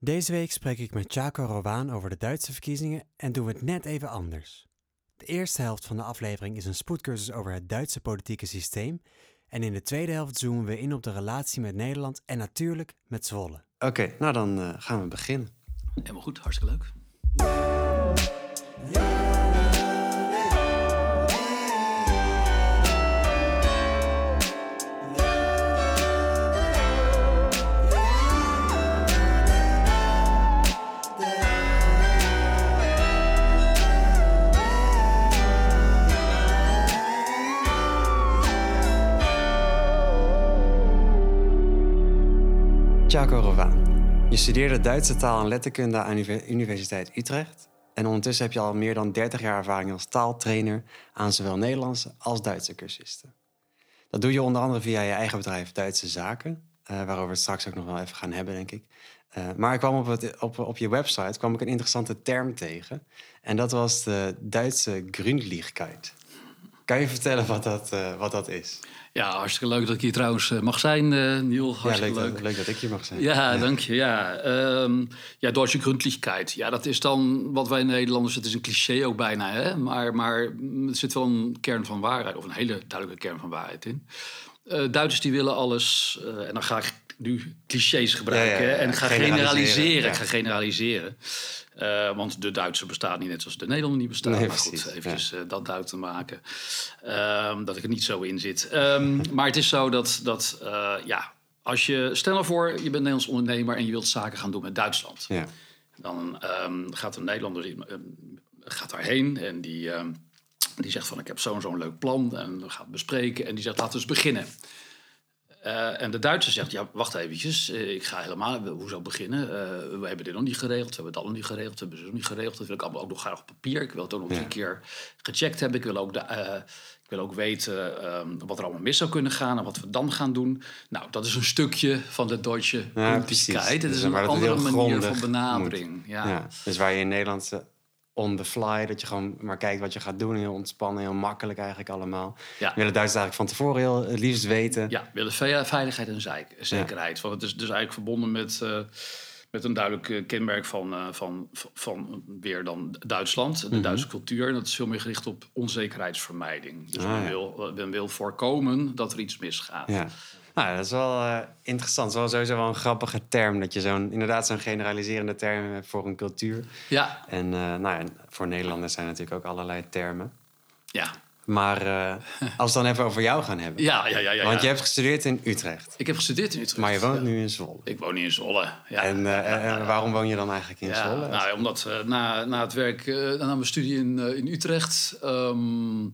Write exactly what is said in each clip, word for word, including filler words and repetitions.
Deze week spreek ik met Tjaco Rovaan over de Duitse verkiezingen en doen we het net even anders. De eerste helft van de aflevering is een spoedcursus over het Duitse politieke systeem. En in de tweede helft zoomen we in op de relatie met Nederland en natuurlijk met Zwolle. Oké, okay, nou dan uh, gaan we beginnen. Helemaal goed, hartstikke leuk. Tjaco Rovaan. Je studeerde Duitse taal en letterkunde aan de Universiteit Utrecht. En ondertussen heb je al meer dan dertig jaar ervaring als taaltrainer aan zowel Nederlandse als Duitse cursisten. Dat doe je onder andere via je eigen bedrijf Duitse Zaken, uh, waarover we het straks ook nog wel even gaan hebben, denk ik. Uh, maar ik kwam op, het, op, op je website kwam ik een interessante term tegen. En dat was de Duitse Gründlichkeit. Kan je vertellen wat dat, uh, wat dat is? Ja, hartstikke leuk dat ik hier trouwens mag zijn, uh, Niel. Hartstikke ja, leuk, leuk. leuk dat ik hier mag zijn. Ja, ja. dank je. Ja, um, ja, Duitse Gründlichkeit. Ja, dat is dan wat wij Nederlanders... Het is een cliché ook bijna, hè? Maar, maar er zit wel een kern van waarheid... of een hele duidelijke kern van waarheid in. Uh, Duitsers die willen alles... Uh, en dan ga ik nu clichés gebruiken. Ja, ja, ja. En ik ga generaliseren. generaliseren. Ja. Ik ga generaliseren. Uh, want de Duitse bestaat niet net zoals de Nederlander niet bestaat. Nee, maar goed, eventjes ja. uh, dat duidelijk te maken. Um, dat ik er niet zo in zit. Um, maar het is zo dat... dat uh, ja, als je... Stel nou voor, je bent een Nederlands ondernemer... en je wilt zaken gaan doen met Duitsland. Ja. Dan um, gaat een Nederlander uh, gaat daarheen en die... Uh, die zegt van, ik heb zo'n zo'n leuk plan. En we gaan het bespreken. En die zegt, laten we eens beginnen. Uh, en de Duitser zegt, ja, wacht eventjes. Uh, ik ga helemaal, hoezo beginnen? Uh, we hebben dit nog niet geregeld. We hebben dat nog niet geregeld. We hebben het nog niet geregeld. Dat wil ik allemaal ook nog graag op papier. Ik wil het ook nog ja. een keer gecheckt hebben. Ik wil ook, de, uh, ik wil ook weten uh, wat er allemaal mis zou kunnen gaan. En wat we dan gaan doen. Nou, dat is een stukje van de Duitse Gründlichkeit. Het is een andere manier van benadering. Ja. Ja. Dus waar je in Nederland... on the fly, dat je gewoon maar kijkt wat je gaat doen. Heel ontspannen, heel makkelijk eigenlijk allemaal. Ja. We willen Duitsers eigenlijk van tevoren heel het liefst weten. Ja, we willen veiligheid en zekerheid. Ja. Want het is dus eigenlijk verbonden met, uh, met een duidelijk uh, kenmerk van, uh, van, van, van weer dan Duitsland. De mm-hmm. Duitse cultuur. En dat is veel meer gericht op onzekerheidsvermijding. Dus ah, men, ja. wil, men wil voorkomen dat er iets misgaat. Ja. Nou, dat is wel uh, interessant. Het is wel sowieso wel een grappige term. Dat je zo'n, inderdaad zo'n generaliserende term hebt voor een cultuur. Ja. En uh, nou ja, voor Nederlanders zijn natuurlijk ook allerlei termen. Ja. Maar uh, als we het dan even over jou gaan hebben. Ja, ja, ja. ja Want ja. je hebt gestudeerd in Utrecht. Ik heb gestudeerd in Utrecht. Maar je woont ja. nu in Zwolle. Ik woon nu in Zwolle, ja. En uh, ja, ja, ja. waarom woon je dan eigenlijk in ja, Zwolle? Nou, omdat uh, na, na het werk, uh, na mijn studie in, uh, in Utrecht... Um,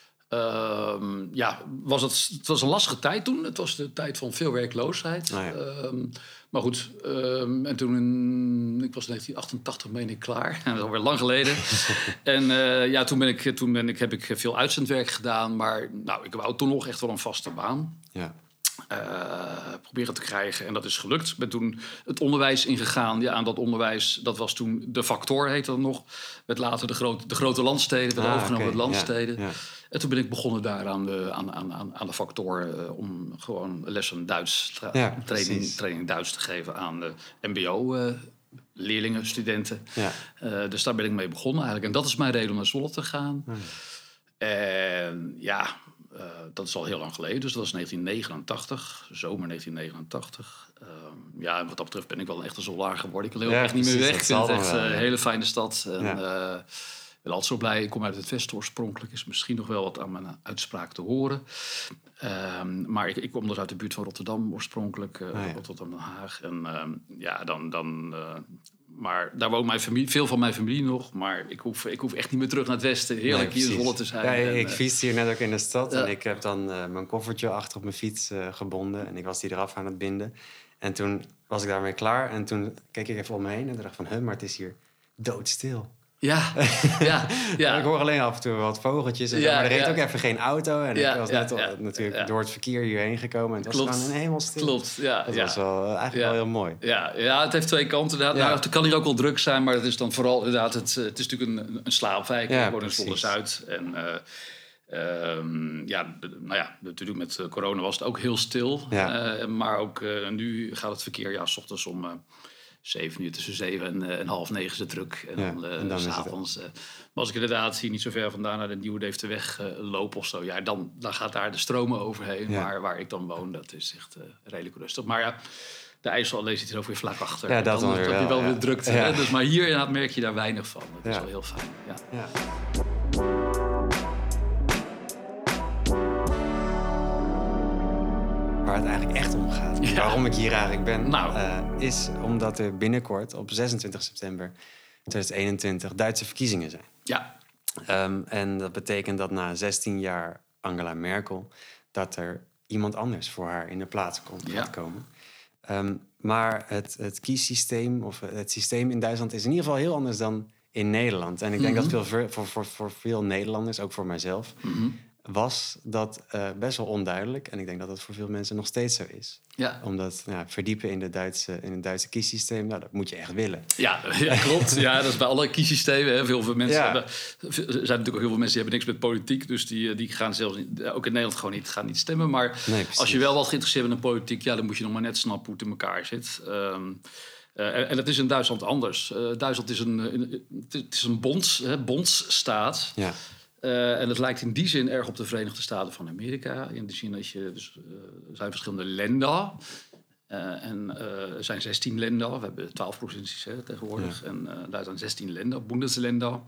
Um, ja, was het, het was een lastige tijd toen. Het was de tijd van veel werkloosheid. Oh ja. um, maar goed, um, en toen in, ik was in negentien achtentachtig meen ik klaar. Dat is alweer lang geleden. en uh, ja, toen, ben ik, toen ben ik, heb ik veel uitzendwerk gedaan. Maar nou, ik wou toen nog echt wel een vaste baan. Ja. Uh, proberen te krijgen. En dat is gelukt. Ik ben toen het onderwijs ingegaan. Ja, aan dat onderwijs, dat was toen de Factor, heette dat nog. Werd later de, groot, de grote landsteden, werd ah, overgenomen okay. met landsteden. Ja, ja. En toen ben ik begonnen daar aan de, aan, aan, aan de Factor... Uh, om gewoon lessen Duits, tra- ja, training, training Duits te geven aan de mbo-leerlingen, uh, studenten. Ja. Uh, dus daar ben ik mee begonnen eigenlijk. En dat is mijn reden om naar Zwolle te gaan. Ja. En ja... Uh, dat is al heel lang geleden, dus dat was negentien negenentachtig, zomer negentien negenentachtig. Uh, ja, en wat dat betreft ben ik wel een echte Zollaar geworden. Ik wil ja, echt niet meer weg. Ik vind het echt een uh, hele fijne stad. En, ja. uh, ik ben altijd zo blij. Ik kom uit het Westen oorspronkelijk. Is misschien nog wel wat aan mijn uitspraak te horen. Uh, maar ik, ik kom dus uit de buurt van Rotterdam oorspronkelijk. Uh, oh, ja. Rotterdam Den Haag. En uh, ja, dan... dan uh, maar daar woont mijn familie, veel van mijn familie nog. Maar ik hoef, ik hoef echt niet meer terug naar het westen. Heerlijk nee, hier in Zwolle te zijn. Ja, en, ik fietste hier net ook in de stad. Ja. En ik heb dan uh, mijn koffertje achter op mijn fiets uh, gebonden. En ik was die eraf aan het binden. En toen was ik daarmee klaar. En toen keek ik even om me heen. En dacht van, huh, maar het is hier doodstil. Ja, ja, ja. Ik hoor alleen af en toe wat vogeltjes. En ja, maar er reed ja. ook even geen auto. En ja, ik was net ja, ja, natuurlijk ja. door het verkeer hierheen gekomen. En het was gewoon helemaal stil. Klopt, ja. Dat ja. was wel, eigenlijk ja. wel heel mooi. Ja, ja, het heeft twee kanten. Ja. Nou, het kan hier ook wel druk zijn. Maar het is dan vooral inderdaad... Het, het is natuurlijk een, een slaapwijk. Ja, we wonen in Zwolle-Zuid. En... Uh, Um, ja, nou ja, natuurlijk met corona was het ook heel stil. Ja. Uh, maar ook uh, nu gaat het verkeer... Ja, 's ochtends om... Uh, zeven uur tussen zeven en, uh, en half negen is het druk. En ja, dan, uh, en dan s'avonds. Uh, maar als ik inderdaad hier niet zo ver vandaan naar de Nieuwe Devterweg uh, loop of zo, ja, dan, dan gaat daar de stromen overheen. Ja. Maar waar ik dan woon, dat is echt uh, redelijk rustig. Maar ja, de IJsselallee zit er ook weer vlak achter. Ja, dat dan dan heb je wel, wel ja. weer drukte. Ja. Hè? Dus, maar hier inderdaad merk je daar weinig van. Dat is ja. wel heel fijn. Ja. Ja. Waar het eigenlijk echt om gaat, ja. waarom ik hier eigenlijk ben, nou. uh, is omdat er binnenkort op zesentwintig september tweeduizend eenentwintig Duitse verkiezingen zijn. Ja. Um, en dat betekent dat na zestien jaar Angela Merkel, dat er iemand anders voor haar in de plaats komt, ja. gaat komen. Um, maar het, het kiessysteem, of het systeem in Duitsland is in ieder geval heel anders dan in Nederland. En ik denk mm-hmm. dat veel, voor, voor, voor veel Nederlanders, ook voor mijzelf, mm-hmm. was dat uh, best wel onduidelijk. En ik denk dat dat voor veel mensen nog steeds zo is. Ja. Omdat ja, verdiepen in, de Duitse, in het Duitse kiessysteem, nou, dat moet je echt willen. Ja, ja klopt. Ja, dat is bij alle kiessystemen. Hè. Veel, veel mensen ja. hebben, er zijn natuurlijk ook heel veel mensen die hebben niks met politiek. Dus die, die gaan zelfs niet, ook in Nederland gewoon niet, gaan niet stemmen. Maar nee, als je wel wat geïnteresseerd bent in politiek, ja, dan moet je nog maar net snappen hoe het in elkaar zit. Um, uh, en dat is in Duitsland anders. Uh, Duitsland is een, een, het is een bonds, hè, bondsstaat. Ja. Uh, en het lijkt in die zin erg op de Verenigde Staten van Amerika. In de zin dat je, dus, uh, er zijn verschillende landen. Uh, en uh, er zijn zestien landen. We hebben twaalf provincies hè, tegenwoordig. Ja. En uh, daar zijn zestien landen, Bundesländer.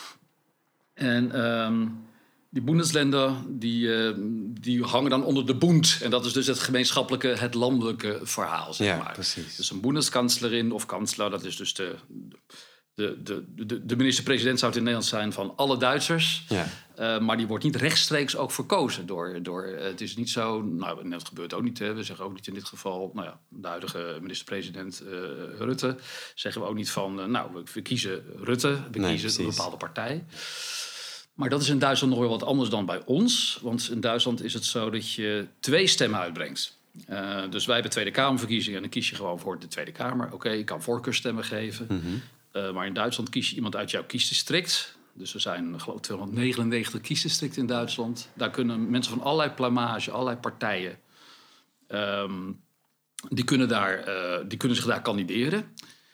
En um, die Bundesländer die, uh, die hangen dan onder de Bund. En dat is dus het gemeenschappelijke, het landelijke verhaal, zeg ja, maar. Precies. Dus een Bundeskanzlerin of kansler, dat is dus de... De, de, de, de minister-president zou het in Nederland zijn van alle Duitsers. Ja. Uh, maar die wordt niet rechtstreeks ook verkozen door... door uh, het is niet zo... Nou, dat gebeurt ook niet. Hè. We zeggen ook niet in dit geval... Nou ja, de huidige minister-president uh, Rutte... zeggen we ook niet van... Uh, nou, we kiezen Rutte. We nee, kiezen precies. een bepaalde partij. Maar dat is in Duitsland nog wel wat anders dan bij ons. Want in Duitsland is het zo dat je twee stemmen uitbrengt. Uh, dus wij hebben Tweede Kamerverkiezingen... en dan kies je gewoon voor de Tweede Kamer. Oké, okay, je kan voorkeurstemmen geven... Mm-hmm. Uh, maar in Duitsland kies je iemand uit jouw kiesdistrict. Dus er zijn, geloof ik, tweehonderdnegenennegentig kiesdistricten in Duitsland. Daar kunnen mensen van allerlei plamage, allerlei partijen... Um, die, kunnen daar, uh, die kunnen zich daar kandideren.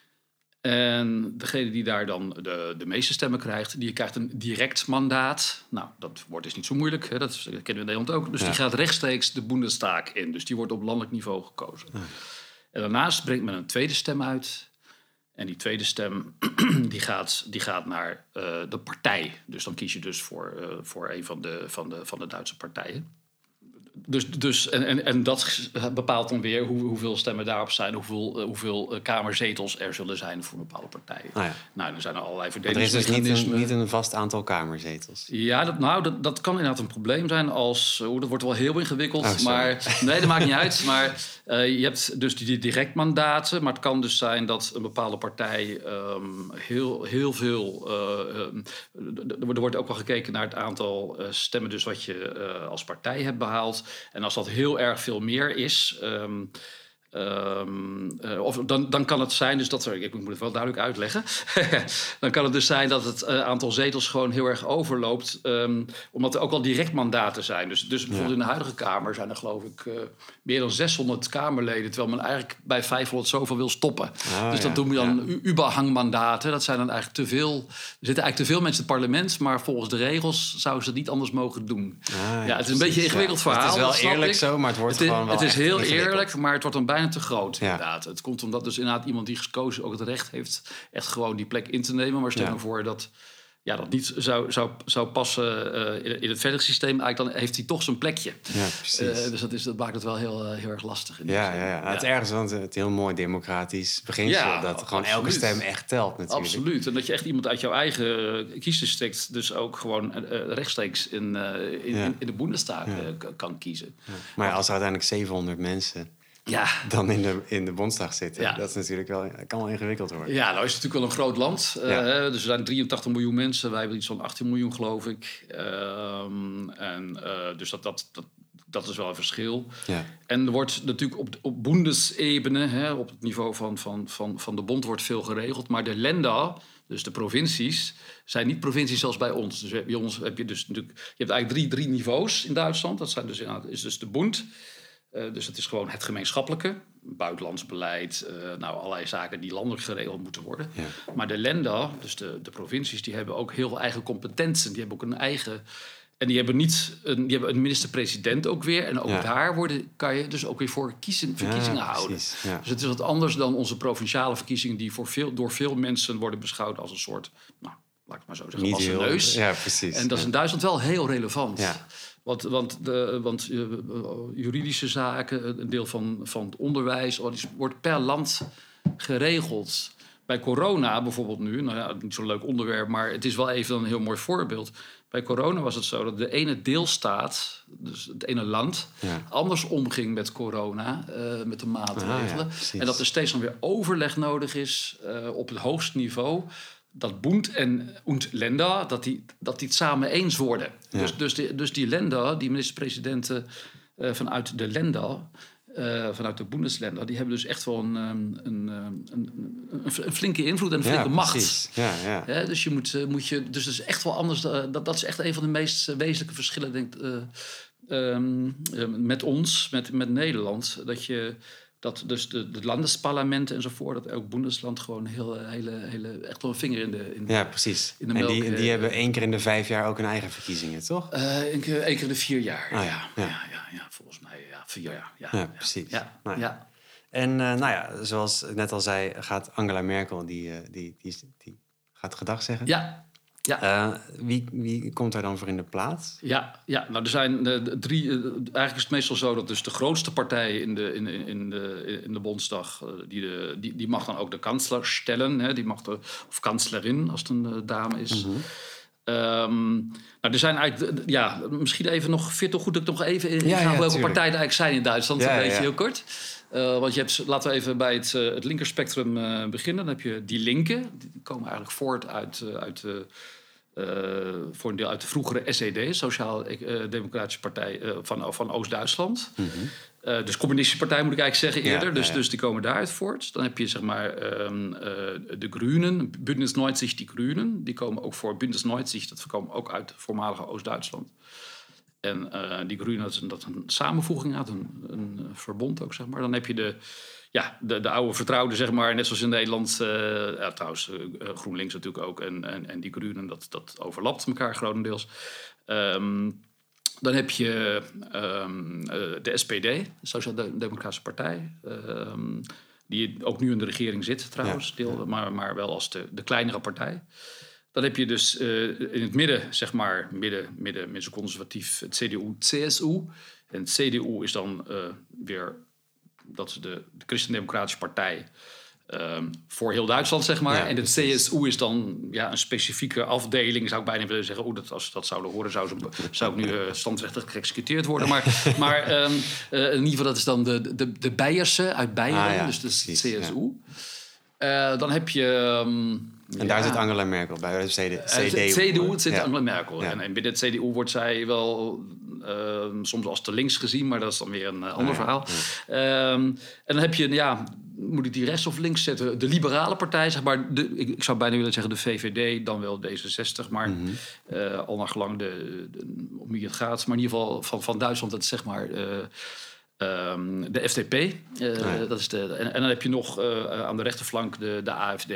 En degene die daar dan de, de meeste stemmen krijgt... die krijgt een direct mandaat. Nou, dat wordt dus niet zo moeilijk. Hè? Dat kennen we in Nederland ook. Dus ja. die gaat rechtstreeks de Bundestag in. Dus die wordt op landelijk niveau gekozen. Ja. En daarnaast brengt men een tweede stem uit... En die tweede stem die gaat, die gaat naar uh, de partij. Dus dan kies je dus voor, uh, voor een van de, van, de, van de Duitse partijen. Dus, dus, en, en, en dat bepaalt dan weer hoe, hoeveel stemmen daarop zijn... hoeveel, uh, hoeveel uh, kamerzetels er zullen zijn voor een bepaalde partij. Ah ja. Nou, dan zijn er allerlei verdelingsmechanismen. Er is dus niet een, niet een vast aantal kamerzetels? Ja, dat, nou, dat, dat kan inderdaad een probleem zijn als... Oh, dat wordt wel heel ingewikkeld, oh, maar... Nee, dat maakt niet uit. Maar uh, je hebt dus die directmandaten. Maar het kan dus zijn dat een bepaalde partij um, heel, heel veel... Uh, um, er wordt ook wel gekeken naar het aantal uh, stemmen... dus wat je uh, als partij hebt behaald. En als dat heel erg veel meer is... Um, um, uh, of dan, dan kan het zijn, dus dat er, ik moet het wel duidelijk uitleggen... dan kan het dus zijn dat het uh, aantal zetels gewoon heel erg overloopt... Um, omdat er ook al direct mandaten zijn. Dus, dus bijvoorbeeld ja. in de huidige Kamer zijn er geloof ik... Uh, meer dan zeshonderd Kamerleden... terwijl men eigenlijk bij vijfhonderd zoveel wil stoppen. Ah, dus dat ja. doen we dan ja. überhangmandaten. Dat zijn dan eigenlijk te veel... Er zitten eigenlijk te veel mensen in het parlement... maar volgens de regels zouden ze het niet anders mogen doen. Ah, ja, ja, het is een beetje een ingewikkeld ja. verhaal. Het is wel eerlijk ik. zo, maar het wordt het is, gewoon wel Het is heel ingewikkeld. eerlijk, maar het wordt dan bijna te groot, ja. inderdaad. Het komt omdat dus inderdaad iemand die gekozen ook het recht heeft... echt gewoon die plek in te nemen. Maar stel je ja. voor dat... Ja, dat niet zou, zou, zou passen uh, in, in het verdere systeem, eigenlijk dan heeft hij toch zijn plekje. Ja, precies. Uh, dus dat, is, dat maakt het wel heel, uh, heel erg lastig. In ja, ja, ja, ja. Het is ergens want het heel mooi democratisch beginsel. Ja, dat absoluut. Gewoon elke stem echt telt natuurlijk. Absoluut. En dat je echt iemand uit jouw eigen kiesdistrict dus ook gewoon uh, rechtstreeks in, uh, in, ja. in, in de Bundestag ja. uh, kan kiezen. Ja. Maar ja, als er uiteindelijk zevenhonderd mensen... Ja. dan in de, in de Bondsdag zitten. Ja. Dat is natuurlijk wel, kan wel ingewikkeld worden. Ja, nou is het natuurlijk wel een groot land. Ja. Uh, dus er zijn drieëntachtig miljoen mensen. Wij hebben iets van achttien miljoen, geloof ik. Um, en, uh, dus dat, dat, dat, dat is wel een verschil. Ja. En er wordt natuurlijk op, op Bundesebene, hè, op het niveau van, van, van, van de bond, wordt veel geregeld. Maar de Länder, dus de provincies, zijn niet provincies zoals bij ons. Dus bij ons heb je dus natuurlijk... Je hebt eigenlijk drie, drie niveaus in Duitsland. Dat zijn dus, is dus de Bund... Uh, dus het is gewoon het gemeenschappelijke. Buitenlands beleid, uh, nou, allerlei zaken die landelijk geregeld moeten worden. Ja. Maar de Länder, dus de, de provincies, die hebben ook heel veel eigen competenties. Die hebben ook een eigen... En die hebben niet een, die hebben een minister-president ook weer. En ook ja. daar worden, kan je dus ook weer voor kiezen, verkiezingen ja, houden. Ja. Dus het is wat anders dan onze provinciale verkiezingen... die voor veel, door veel mensen worden beschouwd als een soort... Nou, laat ik maar zo zeggen, als een neus. Ja, precies. En dat is ja. in Duitsland wel heel relevant. Ja. Want, want, de, want uh, juridische zaken, een deel van, van het onderwijs... wordt per land geregeld. Bij corona bijvoorbeeld nu, nou ja, niet zo'n leuk onderwerp... maar het is wel even een heel mooi voorbeeld... Bij corona was het zo dat de ene deelstaat, dus het ene land... Ja. anders omging met corona, uh, met de maatregelen. Ah, ja, en dat er steeds dan weer overleg nodig is uh, op het hoogste niveau... dat Bund en und Länder, dat die, dat die het samen eens worden. Ja. Dus, dus, die, dus die Länder, die minister-presidenten uh, vanuit de Länder... Uh, vanuit de Bundesländer, die hebben dus echt wel een, een, een, een, een flinke invloed en een flinke ja, macht. Ja, ja. Ja, dus je moet, uh, moet je, dus dat is echt wel anders. Uh, dat, dat is echt een van de meest wezenlijke verschillen, denk ik, uh, um, uh, met ons, met, met Nederland. Dat je dat dus de, de landesparlementen enzovoort, dat elk Bundesland gewoon heel, hele, hele, echt wel een vinger in de, in de ja, precies. In de melk, en die, die uh, hebben één keer in de vijf jaar ook een eigen verkiezingen, toch? Uh, één, keer, één keer in de vier jaar. Ah, ja. Ja, Ja. ja, ja, ja, volgens mij. Ja, vier jaar. Ja, ja, ja precies. Ja, nou, ja. ja. En uh, nou ja, zoals ik net al zei, gaat Angela Merkel, die, uh, die, die, die gaat gedag zeggen. Ja. Ja. Uh, wie, wie komt daar dan voor in de plaats? Ja, ja nou er zijn uh, drie. Uh, eigenlijk is het meestal zo dat dus de grootste partij in de, in, in de, in de Bondsdag, uh, die, de, die, die mag dan ook de kansler stellen. Hè, die mag de, of kanslerin, als het een uh, dame is. Mm-hmm. Um, nou, er zijn eigenlijk, ja, misschien even nog, vind je het toch goed dat ik nog even in ja, ga ja, welke tuurlijk. partijen er eigenlijk zijn in Duitsland, ja, een beetje ja. heel kort. Uh, want je hebt, laten we even bij het, uh, het linkerspectrum uh, beginnen. Dan heb je die linken, die komen eigenlijk voort uit, uh, uit uh, Uh, voor een deel uit de vroegere S E D, Sociaal-Democratische Partij uh, van, van Oost-Duitsland. Mm-hmm. Uh, dus Communistische Partij moet ik eigenlijk zeggen eerder. Ja, dus, ja, ja. dus die komen daaruit voort. Dan heb je zeg maar um, uh, de Groenen, Bündnis neunzig, die Groenen. Die komen ook voor Bündnis neunzig, dat komen ook uit voormalige Oost-Duitsland. En uh, die Groenen, dat is een, dat een samenvoeging uit, een, een verbond ook, zeg maar. Dan heb je de... Ja, de, de oude vertrouwde, zeg maar, net zoals in Nederland. Uh, ja, trouwens, uh, GroenLinks natuurlijk ook. En, en, en die Groenen, dat, dat overlapt elkaar grotendeels. Um, dan heb je um, uh, de S P D, de Sociaal-Democratische Partij. Um, die ook nu in de regering zit, trouwens. Ja, deel, ja. Maar, maar wel als de, de kleinere partij. Dan heb je dus uh, in het midden, zeg maar, midden, midden, midden conservatief, het C D U, C S U. En het C D U is dan uh, weer... Dat is de, de Christen-Democratische Partij um, voor heel Duitsland, zeg maar. Ja, en de C S U is dan ja, een specifieke afdeling. Zou ik bijna willen zeggen, oh, dat, als ze dat zouden horen... zou, ze, zou ik nu uh, standrechtelijk geëxecuteerd worden. Maar, maar um, uh, in ieder geval, dat is dan de, de, de Beierse uit Beieren. Ah, ja, dus de precies, C S U. Ja. Uh, dan heb je... Um, en daar ja, zit Angela Merkel bij, de C D U. Het C D U zit ja. Angela Merkel. Ja. En, en binnen het C D U wordt zij wel... Uh, soms als te links gezien, maar dat is dan weer een uh, ander ja, verhaal. Ja. Um, en dan heb je, ja, moet ik die rechts of links zetten? De liberale partij, zeg maar. De, ik, ik zou bijna willen zeggen de V V D, dan wel D zesenzestig. Maar mm-hmm. uh, al naar gelang de, de, om wie het gaat. Maar in ieder geval van, van Duitsland, dat is zeg maar... Uh, um, de F D P. Uh, ja. dat is de, en, en dan heb je nog uh, aan de rechterflank de, de A F D.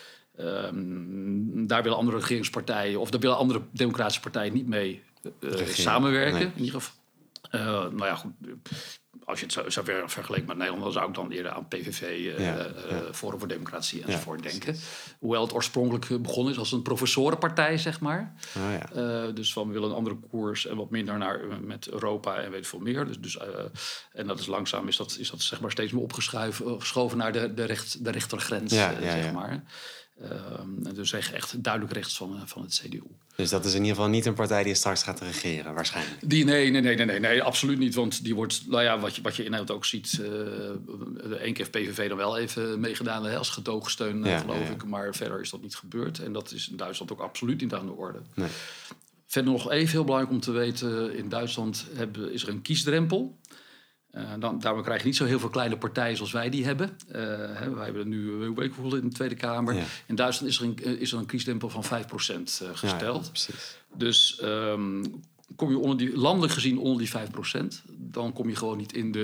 Um, daar willen andere regeringspartijen... of daar willen andere democratische partijen niet mee... Uh, samenwerken, nee. in ieder geval. Uh, nou ja, goed. Als je het zo, zo ver vergelijkt met Nederland... dan zou ik dan eerder aan P V V, uh, ja, ja. Uh, Forum voor Democratie enzovoort ja, denken. Hoewel het oorspronkelijk begonnen is als een professorenpartij, zeg maar. Oh, ja. uh, dus van we willen een andere koers en wat minder naar met Europa en weet veel meer. Dus, dus, uh, en dat is langzaam is dat, is dat zeg maar steeds meer opgeschoven naar de, de, recht, de rechtergrens, ja, uh, ja, zeg ja. maar. Um, dus echt duidelijk rechts van, van het C D U. Dus dat is in ieder geval niet een partij die straks gaat regeren, waarschijnlijk? Die, nee, nee, nee, nee, nee, nee, absoluut niet. Want die wordt, nou ja, wat je, wat je in Nederland ook ziet... Uh, één keer heeft P V V dan wel even meegedaan hè, als gedoogsteun, ja, geloof ja, ja. ik. Maar verder is dat niet gebeurd. En dat is in Duitsland ook absoluut niet aan de orde. Nee. Verder nog even heel belangrijk om te weten... in Duitsland hebben, is er een kiesdrempel... Uh, dan, daarom krijg je niet zo heel veel kleine partijen zoals wij die hebben. Uh, hè, wij hebben nu uh, bijvoorbeeld in de Tweede Kamer. Ja. In Duitsland is er een, is er een kiesdrempel van vijf procent uh, gesteld. Ja, ja, dus um, kom je onder die, landelijk gezien onder die vijf procent... dan kom je gewoon niet in de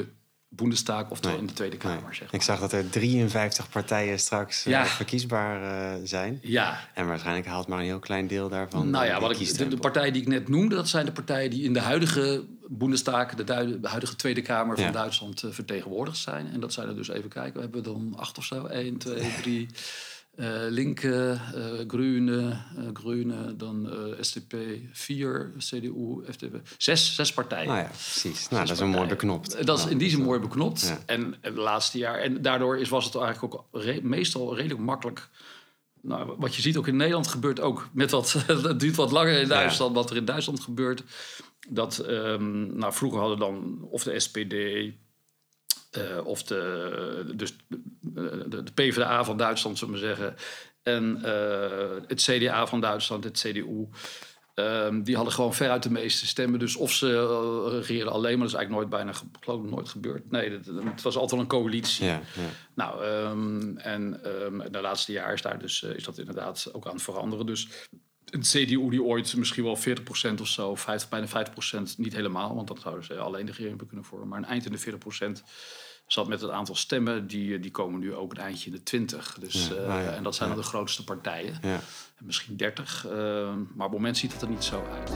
Bundestag, oftewel nee. in de Tweede Kamer. Nee. Zeg maar. Ik zag dat er drieënvijftig partijen straks ja. uh, verkiesbaar uh, zijn. Ja. En waarschijnlijk haalt maar een heel klein deel daarvan. Nou ja, wat ik, de, de partijen die ik net noemde, dat zijn de partijen die in de huidige Bundestag, de, de huidige Tweede Kamer van ja. Duitsland, uh, vertegenwoordigd zijn. En dat zijn er dus, even kijken, we hebben dan acht of zo. Eén, twee, drie. Uh, Linke, uh, Groene, uh, Groene, dan uh, S D P, vier, C D U, F D P. Zes, zes partijen. Nou ja, precies. Nou, dat is een mooi beknopt. Dat is ja, in die zin mooi beknopt. Ja. En het laatste jaar. En daardoor is, was het eigenlijk ook re- meestal redelijk makkelijk. Nou, wat je ziet ook in Nederland gebeurt ook met wat. Het duurt wat langer in Duitsland, ja. wat er in Duitsland gebeurt. Dat, um, nou, vroeger hadden dan of de S P D. Uh, of de, dus de, de P v d A van Duitsland, zullen we zeggen. En uh, het C D A van Duitsland, het C D U. Um, die hadden gewoon veruit de meeste stemmen. Dus of ze uh, regeren alleen, maar dat is eigenlijk nooit bijna geloof ik nooit gebeurd. Nee, het, het was altijd een coalitie. Ja, ja. Nou, um, en um, de laatste jaar is, daar dus, uh, is dat inderdaad ook aan het veranderen. Dus een C D U die ooit misschien wel veertig procent of zo, vijftig, bijna vijftig procent, niet helemaal, want dat zouden ze alleen de regering kunnen vormen, maar een eind in de veertig procent zat met het aantal stemmen, die, die komen nu ook een eindje in de twintig. Dus, ja, uh, nou ja, en dat zijn ja. dan de grootste partijen. Ja. Misschien dertig, uh, maar op het moment ziet het er niet zo uit.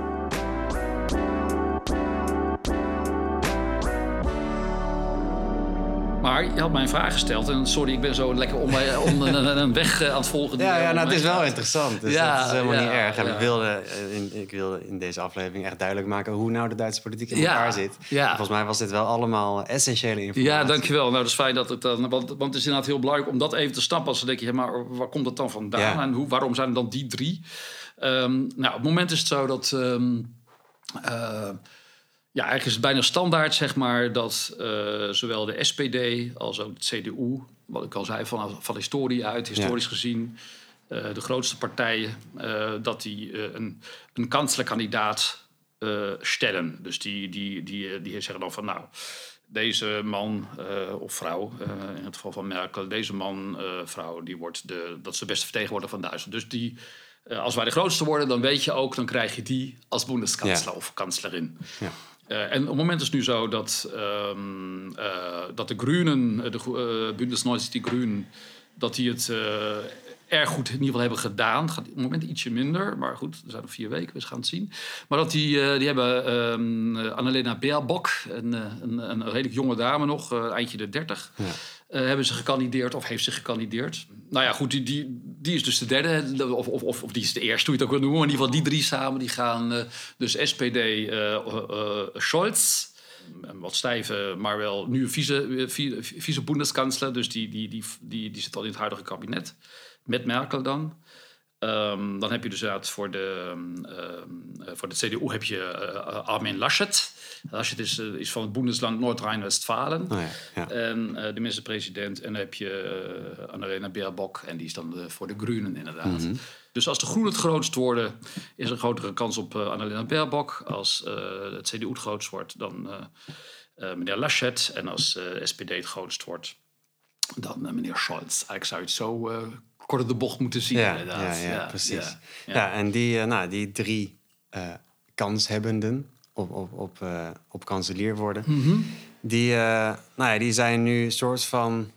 Maar je had mij een vraag gesteld. En sorry, ik ben zo lekker om, om een, een weg aan het volgen. Die ja, ja nou, het is wel interessant. Dus ja, dat is helemaal ja, niet erg. En ja. ik, wilde in, ik wilde in deze aflevering echt duidelijk maken hoe nou de Duitse politiek in ja, elkaar zit. Ja. Volgens mij was dit wel allemaal essentiële informatie. Ja, dankjewel. Nou, dat is fijn dat het dan. Want, want het is inderdaad heel belangrijk om dat even te snappen. Als dan denk je, maar waar komt dat dan vandaan? Ja. En hoe, waarom zijn er dan die drie? Um, nou, op het moment is het zo dat. Um, uh, Ja, eigenlijk is het bijna standaard, zeg maar, dat uh, zowel de S P D als ook het C D U, wat ik al zei, van, van historie uit, historisch ja. gezien, uh, de grootste partijen, uh, dat die uh, een, een kanslerkandidaat uh, stellen. Dus die, die, die, die zeggen dan van, nou, deze man uh, of vrouw, uh, in het geval van Merkel, deze man, uh, vrouw, die wordt de, dat is de beste vertegenwoordiger van Duitsland. Dus die, uh, als wij de grootste worden, dan weet je ook, dan krijg je die als Bundeskanzler ja. of kanslerin. Ja. Uh, en op het moment is het nu zo dat, um, uh, dat de Groenen, de uh, Bündnis die Groenen, dat die het uh, erg goed in ieder geval hebben gedaan. Gaat op het moment ietsje minder, maar goed, er zijn nog vier weken, we gaan het zien. Maar dat die, uh, die hebben um, Annalena Baerbock, een, een, een redelijk jonge dame nog, uh, eindje de dertig, ja. uh, hebben ze gekandideerd of heeft ze gekandideerd. Nou ja, goed, die, die, die is dus de derde, of, of, of, of die is de eerste, hoe je het ook wil noemen. Maar in ieder geval die drie samen, die gaan uh, dus S P D uh, uh, Scholz, een wat stijve, maar wel nu vice, vice, vice Bundeskanzler, dus die, die, die, die, die zit al in het huidige kabinet, met Merkel dan. Um, dan heb je dus inderdaad voor de, uh, voor de C D U heb je uh, Armin Laschet. Laschet is, uh, is van het Bundesland Noord-Rijn-Westfalen. Oh ja, ja. En uh, de minister-president. En dan heb je uh, Annalena Baerbock. En die is dan de, voor de Groenen inderdaad. Mm-hmm. Dus als de Groenen het grootst worden, is er een grotere kans op uh, Annalena Baerbock. Als uh, het C D U het grootst wordt, dan uh, uh, meneer Laschet. En als uh, S P D het grootst wordt, dan uh, meneer Scholz. Eigenlijk zou je het zo uh, kort de bocht moeten zien. Ja, inderdaad. ja, ja, ja precies. Ja, ja. ja en die, uh, nou, die drie uh, kanshebbenden op, op, op, uh, op kanselier worden, Mm-hmm. die, uh, nou ja, die zijn nu een soort van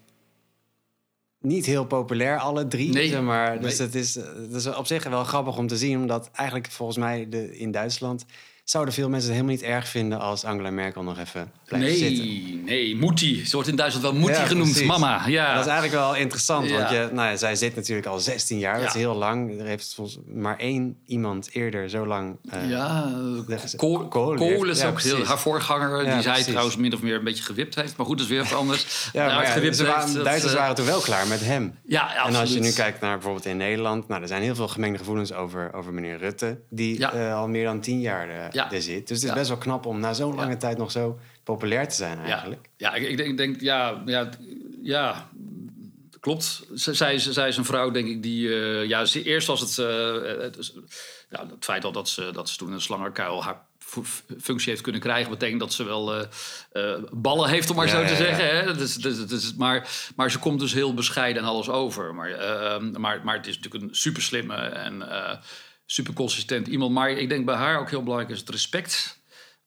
niet heel populair, alle drie. Nee. Zeg maar. Dus nee. het is, het is op zich wel grappig om te zien, omdat eigenlijk volgens mij de, in Duitsland zouden veel mensen het helemaal niet erg vinden als Angela Merkel nog even blijft nee, zitten. Nee, nee, Mutti. Ze wordt in Duitsland wel Mutti ja, genoemd, precies. Mama. Ja. Dat is eigenlijk wel interessant, ja. want je, nou ja, zij zit natuurlijk al zestien jaar. Ja. Dat is heel lang. Er heeft volgens maar één iemand eerder zo lang... Uh, ja, Kool, Kool, Kool is ja, ook heel, haar voorganger, ja, die zij precies. trouwens min of meer een beetje gewipt heeft. Maar goed, dat is weer wat anders. ja, maar ja, gewipt ze waren, heeft, de Duitsers dat, waren toen wel klaar met hem. Ja, absoluut. En als je nu kijkt naar bijvoorbeeld in Nederland, nou, er zijn heel veel gemengde gevoelens over, over meneer Rutte, die ja. uh, al meer dan tien jaar uh, ja. er zit. Dus het is ja. best wel knap om na zo'n lange ja. tijd nog zo populair te zijn eigenlijk. Ja, ja ik, ik denk, denk ja, ja, ja, klopt. Zij, zij is een vrouw, denk ik, die... Uh, ja, eerst was het, uh, het, ja, het feit al dat ze, dat ze toen een slangenkuil haar functie heeft kunnen krijgen, betekent dat ze wel uh, uh, ballen heeft, om maar ja, zo te ja, zeggen. Ja. Hè? Dus, dus, dus, maar, maar ze komt dus heel bescheiden en alles over. Maar, uh, maar, maar het is natuurlijk een super slimme en uh, super consistent iemand. Maar ik denk bij haar ook heel belangrijk is het respect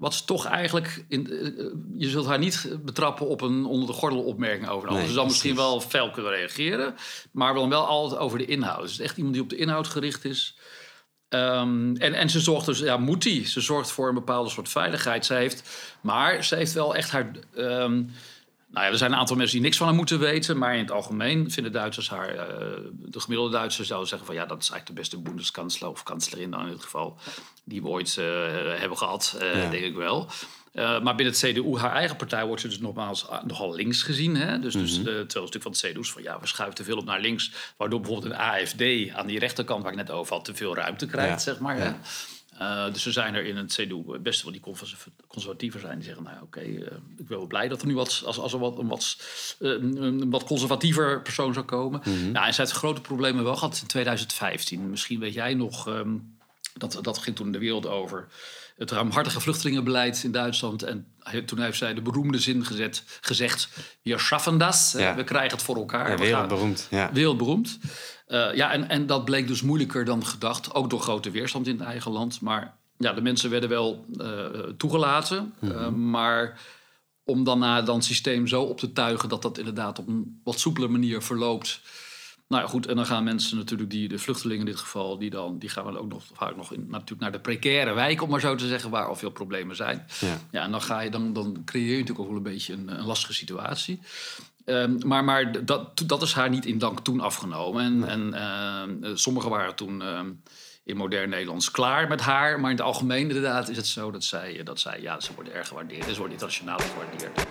wat toch eigenlijk... In, je zult haar niet betrappen op een onder de gordel opmerking over alles. Nee, ze zal misschien wel fel kunnen reageren, maar dan wel altijd over de inhoud. Dus het is echt iemand die op de inhoud gericht is. Um, en, en ze zorgt dus, ja, moet die. Ze zorgt voor een bepaalde soort veiligheid. Ze heeft, maar ze heeft wel echt haar... Um, nou ja, er zijn een aantal mensen die niks van haar moeten weten, maar in het algemeen vinden Duitsers haar... Uh, de gemiddelde Duitsers zouden zeggen van ja, dat is eigenlijk de beste Bundeskanzler of kanslerin dan in dit geval, die we ooit uh, hebben gehad, uh, ja. denk ik wel. Uh, maar binnen het C D U, haar eigen partij, wordt ze dus nogmaals nogal links gezien. Hè? Dus, mm-hmm. dus uh, terwijl een stuk van het C D U is van ja, we schuiven te veel op naar links, waardoor bijvoorbeeld een A F D aan die rechterkant, waar ik net over had, te veel ruimte krijgt, ja. zeg maar. Ja. Uh, dus er zijn er in het C D U best wel die conservatieven zijn die zeggen, nou oké, okay, uh, ik ben wel blij dat er nu wat, als, als er wat, een, wat, uh, een wat conservatiever persoon zou komen. Mm-hmm. Nou, en zij heeft grote problemen wel gehad in twintig vijftien. Misschien weet jij nog, um, dat, dat ging toen in de wereld over het ruimhartige vluchtelingenbeleid in Duitsland. En toen heeft zij de beroemde zin gezet, gezegd, wir schaffen das, ja. we krijgen het voor elkaar. Ja, wereldberoemd. Ja. Wereldberoemd. Uh, ja, en, en dat bleek dus moeilijker dan gedacht. Ook door grote weerstand in het eigen land. Maar ja, de mensen werden wel uh, toegelaten. Mm-hmm. Uh, maar om daarna dan het systeem zo op te tuigen dat dat inderdaad op een wat soepele manier verloopt. Nou ja, goed, en dan gaan mensen natuurlijk, die, de vluchtelingen in dit geval, die, dan, die gaan dan ook nog, vaak nog in, natuurlijk naar de precaire wijk, om maar zo te zeggen, waar al veel problemen zijn. Ja, ja en dan, ga je, dan, dan creëer je natuurlijk ook wel een beetje een, een lastige situatie. Um, maar maar dat, dat is haar niet in dank toen afgenomen. En, nee. en uh, sommigen waren toen uh, in modern Nederlands klaar met haar. Maar in het algemeen inderdaad is het zo dat zij, dat zij ja, ze worden erg gewaardeerd. Ze worden internationaal gewaardeerd.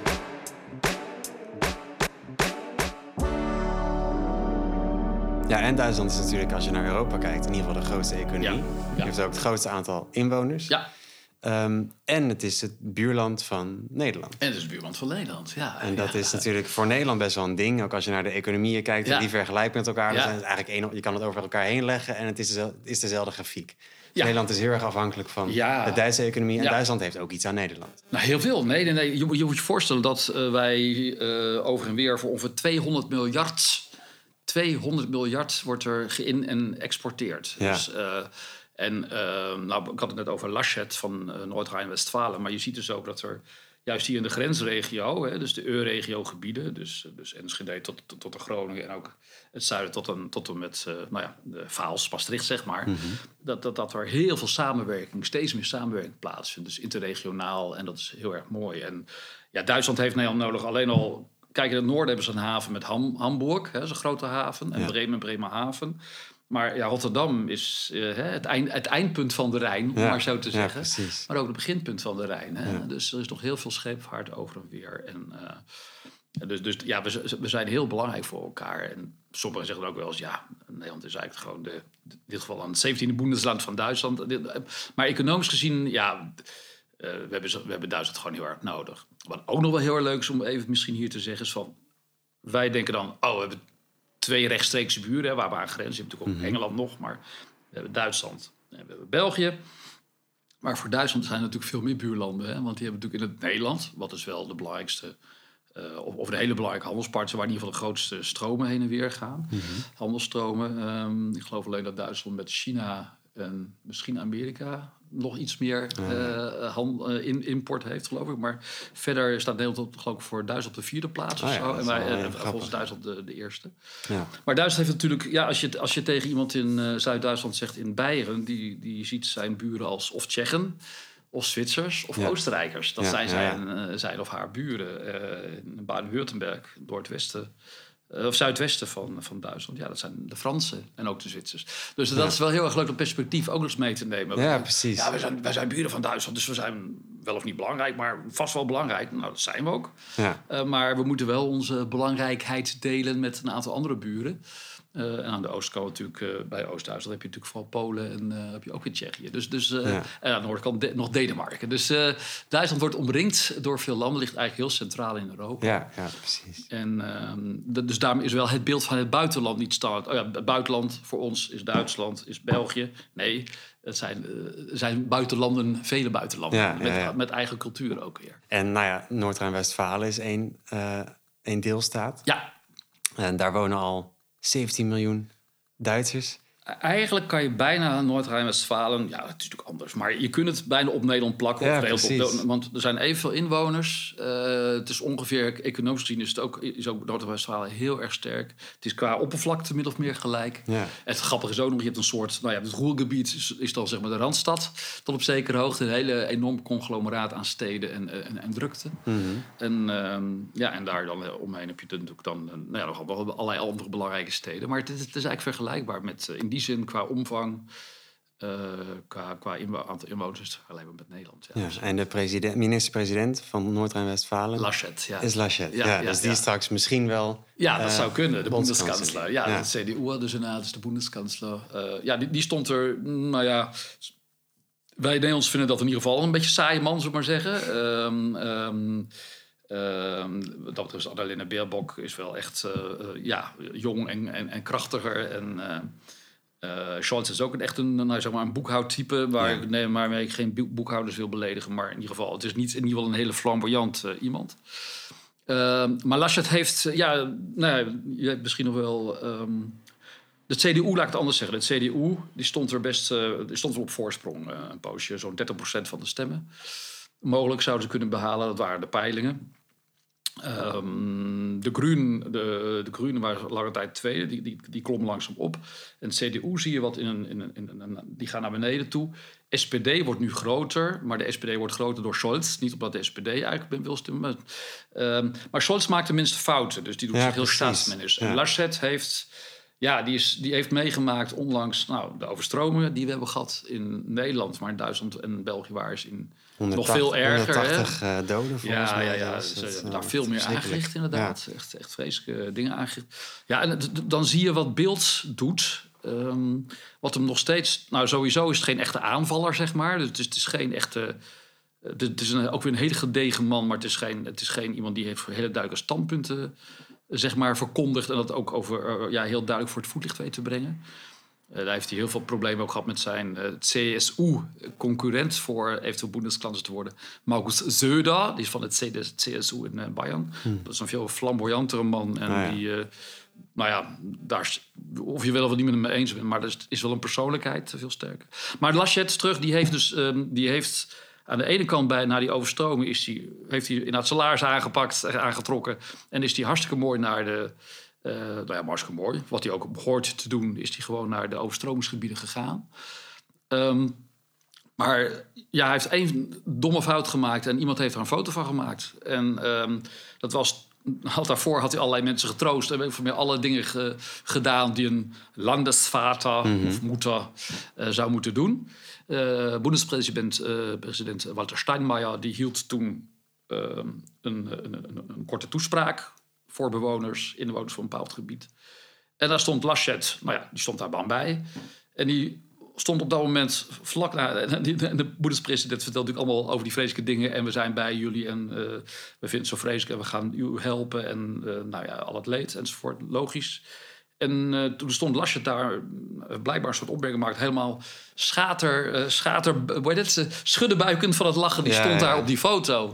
Ja, en Duitsland is natuurlijk, als je naar Europa kijkt, in ieder geval de grootste economie. Ja, ja. Je heeft ook het grootste aantal inwoners. Ja. Um, en het is het buurland van Nederland. En het is het buurland van Nederland, ja. En dat ja. is natuurlijk voor Nederland best wel een ding. Ook als je naar de economieën kijkt en ja. die vergelijkt met elkaar. Ja. Dan is eigenlijk een, je kan het over elkaar heen leggen en het is, dezelfde, het is dezelfde grafiek. Ja. Nederland is heel erg afhankelijk van ja. de Duitse economie. En ja. Duitsland heeft ook iets aan Nederland. Nou, heel veel. Nee, nee, nee. Je, je moet je voorstellen dat uh, wij uh, over en weer voor ongeveer tweehonderd miljard... tweehonderd miljard wordt er geïn- en exporteerd. Ja. Dus... Uh, En uh, nou, ik had het net over Laschet van uh, Noord-Rijn-Westfalen. Maar je ziet dus ook dat er juist hier in de grensregio, hè, dus de EU-regio-gebieden, dus, dus Enschede tot, tot, tot de Groningen en ook het zuiden tot en, tot en met uh, nou ja, de Vaals, Maastricht, zeg maar. Mm-hmm. Dat, dat, dat er heel veel samenwerking, steeds meer samenwerking plaatsvindt. Dus interregionaal en dat is heel erg mooi. En ja, Duitsland heeft Nederland nodig alleen al... Kijk, in het noorden hebben ze een haven met Ham, Hamburg, hè, dat is een grote haven. En ja. Bremen, Bremerhaven. Maar ja, Rotterdam is uh, het, eind, het eindpunt van de Rijn, om ja, maar zo te zeggen. Ja, maar ook het beginpunt van de Rijn. Hè? Ja. Dus er is nog heel veel scheepvaart over en weer. En, uh, dus, dus ja, we, we zijn heel belangrijk voor elkaar. En sommigen zeggen ook wel eens, ja, Nederland is eigenlijk gewoon de, in dit geval een zeventiende Bundesland van Duitsland. Maar economisch gezien, ja, uh, we, hebben, we hebben Duitsland gewoon heel erg nodig. Wat ook nog wel heel erg leuk is om even misschien hier te zeggen, is van, wij denken dan, oh, we hebben twee rechtstreekse buren, hè, waar we aan grenzen. Je hebt natuurlijk ook mm-hmm. Engeland nog, maar we hebben Duitsland en we hebben België. Maar voor Duitsland zijn er natuurlijk veel meer buurlanden. Hè, want die hebben natuurlijk in het Nederland, wat is wel de belangrijkste, uh, of, of de hele belangrijke handelspartner, waar in ieder geval de grootste stromen heen en weer gaan. Mm-hmm. Handelsstromen. Um, ik geloof alleen dat Duitsland met China en misschien Amerika nog iets meer uh, hand, uh, in, import heeft, geloof ik. Maar verder staat Nederland geloof ik voor Duitsland op de vierde plaats. Oh, of zo. Ja, en wij, uh, volgens Duitsland de, de eerste. Ja. Maar Duitsland heeft natuurlijk... Ja, als je, als je tegen iemand in uh, Zuid-Duitsland zegt in Beieren, die, die ziet zijn buren als of Tsjechen, of Zwitsers, of ja. Oostenrijkers. Dat ja, zijn zijn, ja, ja. Uh, zijn of haar buren. Uh, in Baden-Württemberg, Noordwesten... Uh, of zuidwesten van, van Duitsland. Ja, dat zijn de Fransen en ook de Zwitsers. Dus dat ja. is wel heel erg leuk om perspectief ook eens mee te nemen. Ja, precies. Ja, wij zijn, wij zijn buren van Duitsland, dus we zijn wel of niet belangrijk, maar vast wel belangrijk. Nou, dat zijn we ook. Ja. Uh, maar we moeten wel onze belangrijkheid delen met een aantal andere buren. Uh, en aan de oostkant natuurlijk, uh, bij Oost-Duitsland heb je natuurlijk vooral Polen en uh, heb je ook weer Tsjechië. Dus, dus, uh, ja. En aan de noordkant de, nog Denemarken. Dus uh, Duitsland wordt omringd door veel landen, ligt eigenlijk heel centraal in Europa. Ja, ja precies. En uh, de, dus daarom is wel het beeld van het buitenland niet standaard. Oh ja, het buitenland voor ons is Duitsland, is België. Nee, het zijn, uh, zijn buitenlanden, vele buitenlanden. Ja, met, ja, ja. met eigen cultuur ook weer. En nou ja, Noord-Rijn-Westfalen is één, uh, één deelstaat. Ja. En daar wonen al zeventien miljoen Duitsers. Eigenlijk kan je bijna Noord-Rijn-Westfalen... Ja, het is natuurlijk anders. Maar je kunt het bijna op Nederland plakken. Ja, of op, want er zijn evenveel inwoners. Uh, het is ongeveer... Economisch gezien is, het ook, is ook Noord-Rijn-Westfalen heel erg sterk. Het is qua oppervlakte min of meer gelijk. Ja. Het grappige is ook nog... Je hebt een soort... Nou ja, het Ruhrgebied is, is dan zeg maar de Randstad. Tot op zekere hoogte. Een hele enorm conglomeraat aan steden en, en, en drukte. Mm-hmm. En, um, ja, en daar dan omheen heb je natuurlijk dan... Nou ja, nog wel allerlei andere belangrijke steden. Maar het, het is eigenlijk vergelijkbaar met... Uh, in die zin, qua omvang, uh, qua, qua inwo- aantal inwoners, is het vergelijkbaar met Nederland. Ja. Ja, en de president, minister-president van Noord-Rijn-Westfalen Laschet, ja. is Laschet. Ja, ja, ja, ja dus die ja. straks misschien wel... Ja, dat uh, zou kunnen, de bondskanselier. bondskanselier. Ja, ja. de C D U dus inderdaad, is de bondskanselier. Uh, ja, die, die stond er, nou ja... Wij Nederlanders vinden dat in ieder geval een beetje saaie man, zullen we maar zeggen. Um, um, Uh, dat betreft Annalena Baerbock is wel echt uh, uh, ja, jong en, en, en krachtiger. En uh, uh, Scholz is ook echt een, nou, zeg maar een boekhoudtype... Waar ja. ik, nee, waarmee ik geen boekhouders wil beledigen. Maar in ieder geval, het is niet in ieder geval een hele flamboyant uh, iemand. Uh, maar Laschet heeft... Ja, nou, je hebt misschien nog wel... Um, de C D U, laat ik het anders zeggen. De C D U die stond er best uh, die stond wel op voorsprong. Uh, een poosje, zo'n dertig procent van de stemmen. Mogelijk zouden ze kunnen behalen, dat waren de peilingen. Um, de Groenen de, de Groenen waren lange tijd tweede, die, die, die klommen langzaam op. En de C D U zie je wat in een, in een, in een... Die gaan naar beneden toe. S P D wordt nu groter, maar de S P D wordt groter door Scholz. Niet omdat de S P D eigenlijk wil stemmen. Um, maar Scholz maakt de minste fouten, dus die doet ja, zich heel staatsmanisch. Ja. En Laschet heeft... Ja, die, is, die heeft meegemaakt onlangs nou, de overstromingen die we hebben gehad in Nederland. Maar in Duitsland en België waren ze in honderdtachtig, nog veel erger. honderdtachtig hè? doden volgens ja, mij. Ja, ja, dus ze het, hebben uh, daar veel meer aangericht inderdaad. Ja. Echt, echt vreselijke dingen aangericht. Ja, en d- dan zie je wat Bildt doet. Um, wat hem nog steeds... Nou, sowieso is het geen echte aanvaller, zeg maar. Dus het is, het is geen echte... Het is een, ook weer een hele gedegen man, maar het is geen, het is geen iemand die heeft hele duidelijke standpunten... zeg maar, verkondigd en dat ook over, uh, ja, heel duidelijk voor het voetlicht weet te brengen. Uh, daar heeft hij heel veel problemen ook gehad met zijn uh, C S U-concurrent... voor eventueel Bundeskanzler te worden. Markus Söder, die is van het C S U in uh, Bayern. Hmm. Dat is een veel flamboyantere man. En ah, ja. die, uh, nou ja, daar is, of je wel of niet met hem eens bent... maar er is wel een persoonlijkheid veel sterker. Maar Laschet terug, die heeft dus... Um, die heeft... Aan de ene kant, bij, na die overstroming, is die, heeft hij in het salaris aangepakt, aangetrokken. En is hij hartstikke mooi naar de... Uh, nou ja, hartstikke mooi. Wat hij ook hoort te doen, is hij gewoon naar de overstromingsgebieden gegaan. Um, maar ja, hij heeft één domme fout gemaakt en iemand heeft er een foto van gemaakt. En um, dat was... Had daarvoor had hij allerlei mensen getroost en voor mij alle dingen ge, gedaan die een landesvater mm-hmm. of moeder uh, zou moeten doen. Uh, Bundespresident uh, president Walter Steinmeier die hield toen uh, een, een, een, een korte toespraak voor bewoners, inwoners van een bepaald gebied. En daar stond Laschet, nou ja, die stond daar dan bij. En die stond op dat moment vlak na... En de, de Bundespresident vertelde natuurlijk allemaal over die vreselijke dingen... en we zijn bij jullie en uh, we vinden het zo vreselijk... en we gaan u helpen en uh, nou ja, al het leed enzovoort, logisch. En uh, toen stond Laschet daar, uh, blijkbaar een soort opmerking gemaakt... helemaal schater, uh, schater hoe heet het, schuddenbuikend van het lachen... die ja, stond daar ja. op die foto.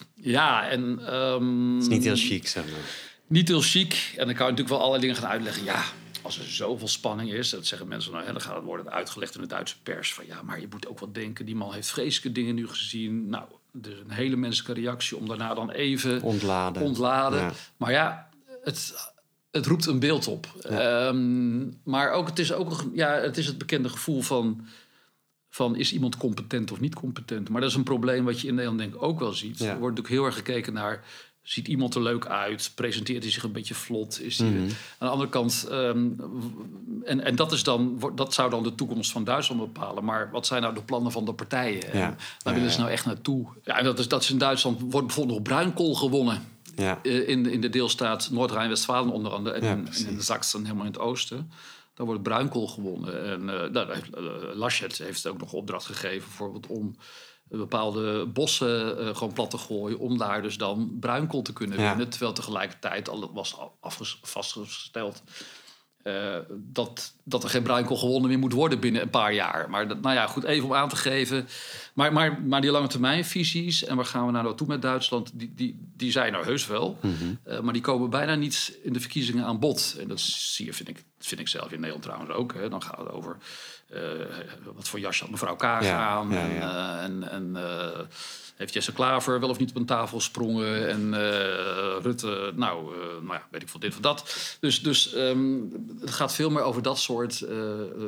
Ja, en... Um, het is niet heel chic, zeg maar. Niet heel chic. En dan kan je natuurlijk wel allerlei dingen gaan uitleggen. Ja... Als er zoveel spanning is, dat zeggen mensen... Nou, dan gaat het worden uitgelegd in de Duitse pers... van ja, maar je moet ook wel denken... die man heeft vreselijke dingen nu gezien. Nou, er is een hele menselijke reactie... om daarna dan even ontladen. ontladen. Ja. Maar ja, het, het roept een beeld op. Ja. Um, maar ook, het is ook ja, het is het bekende gevoel van... van is iemand competent of niet competent? Maar dat is een probleem wat je in Nederland denk ik ook wel ziet. Ja. Er wordt natuurlijk heel erg gekeken naar... Ziet iemand er leuk uit? Presenteert hij zich een beetje vlot? Is hij, mm-hmm. Aan de andere kant... Um, en, en dat, is dan, dat zou dan de toekomst van Duitsland bepalen. Maar wat zijn nou de plannen van de partijen? Ja. En waar ja, willen ze nou echt naartoe? Ja, en dat is, dat is in Duitsland wordt bijvoorbeeld nog bruinkool gewonnen. Ja. Uh, in, in de deelstaat Noord-Rijn-Westfalen onder andere. En, ja, in, en in de Sachsen helemaal in het oosten. Daar wordt bruinkool gewonnen. En uh, daar heeft, uh, Laschet heeft ook nog opdracht gegeven... bijvoorbeeld om... bepaalde bossen uh, gewoon plat te gooien... om daar dus dan bruinkool te kunnen winnen. Ja. Terwijl tegelijkertijd al was afges- vastgesteld... Uh, dat, dat er geen bruinkool gewonnen meer moet worden binnen een paar jaar. Maar dat, nou ja, goed, even om aan te geven. Maar, maar, maar die lange termijn visies... en waar gaan we nou naartoe met Duitsland... die, die, die zijn er heus wel. Mm-hmm. Uh, maar die komen bijna niet in de verkiezingen aan bod. En dat zie je, vind ik, Dat vind ik zelf in Nederland trouwens ook. Hè. Dan gaat het over uh, wat voor jasje had mevrouw Kaag Ja, aan. ja, en ja. uh, en, en uh, heeft Jesse Klaver wel of niet op een tafel gesprongen. En uh, Rutte, nou, uh, nou ja, weet ik veel dit of dat. Dus, dus um, het gaat veel meer over dat soort uh, uh,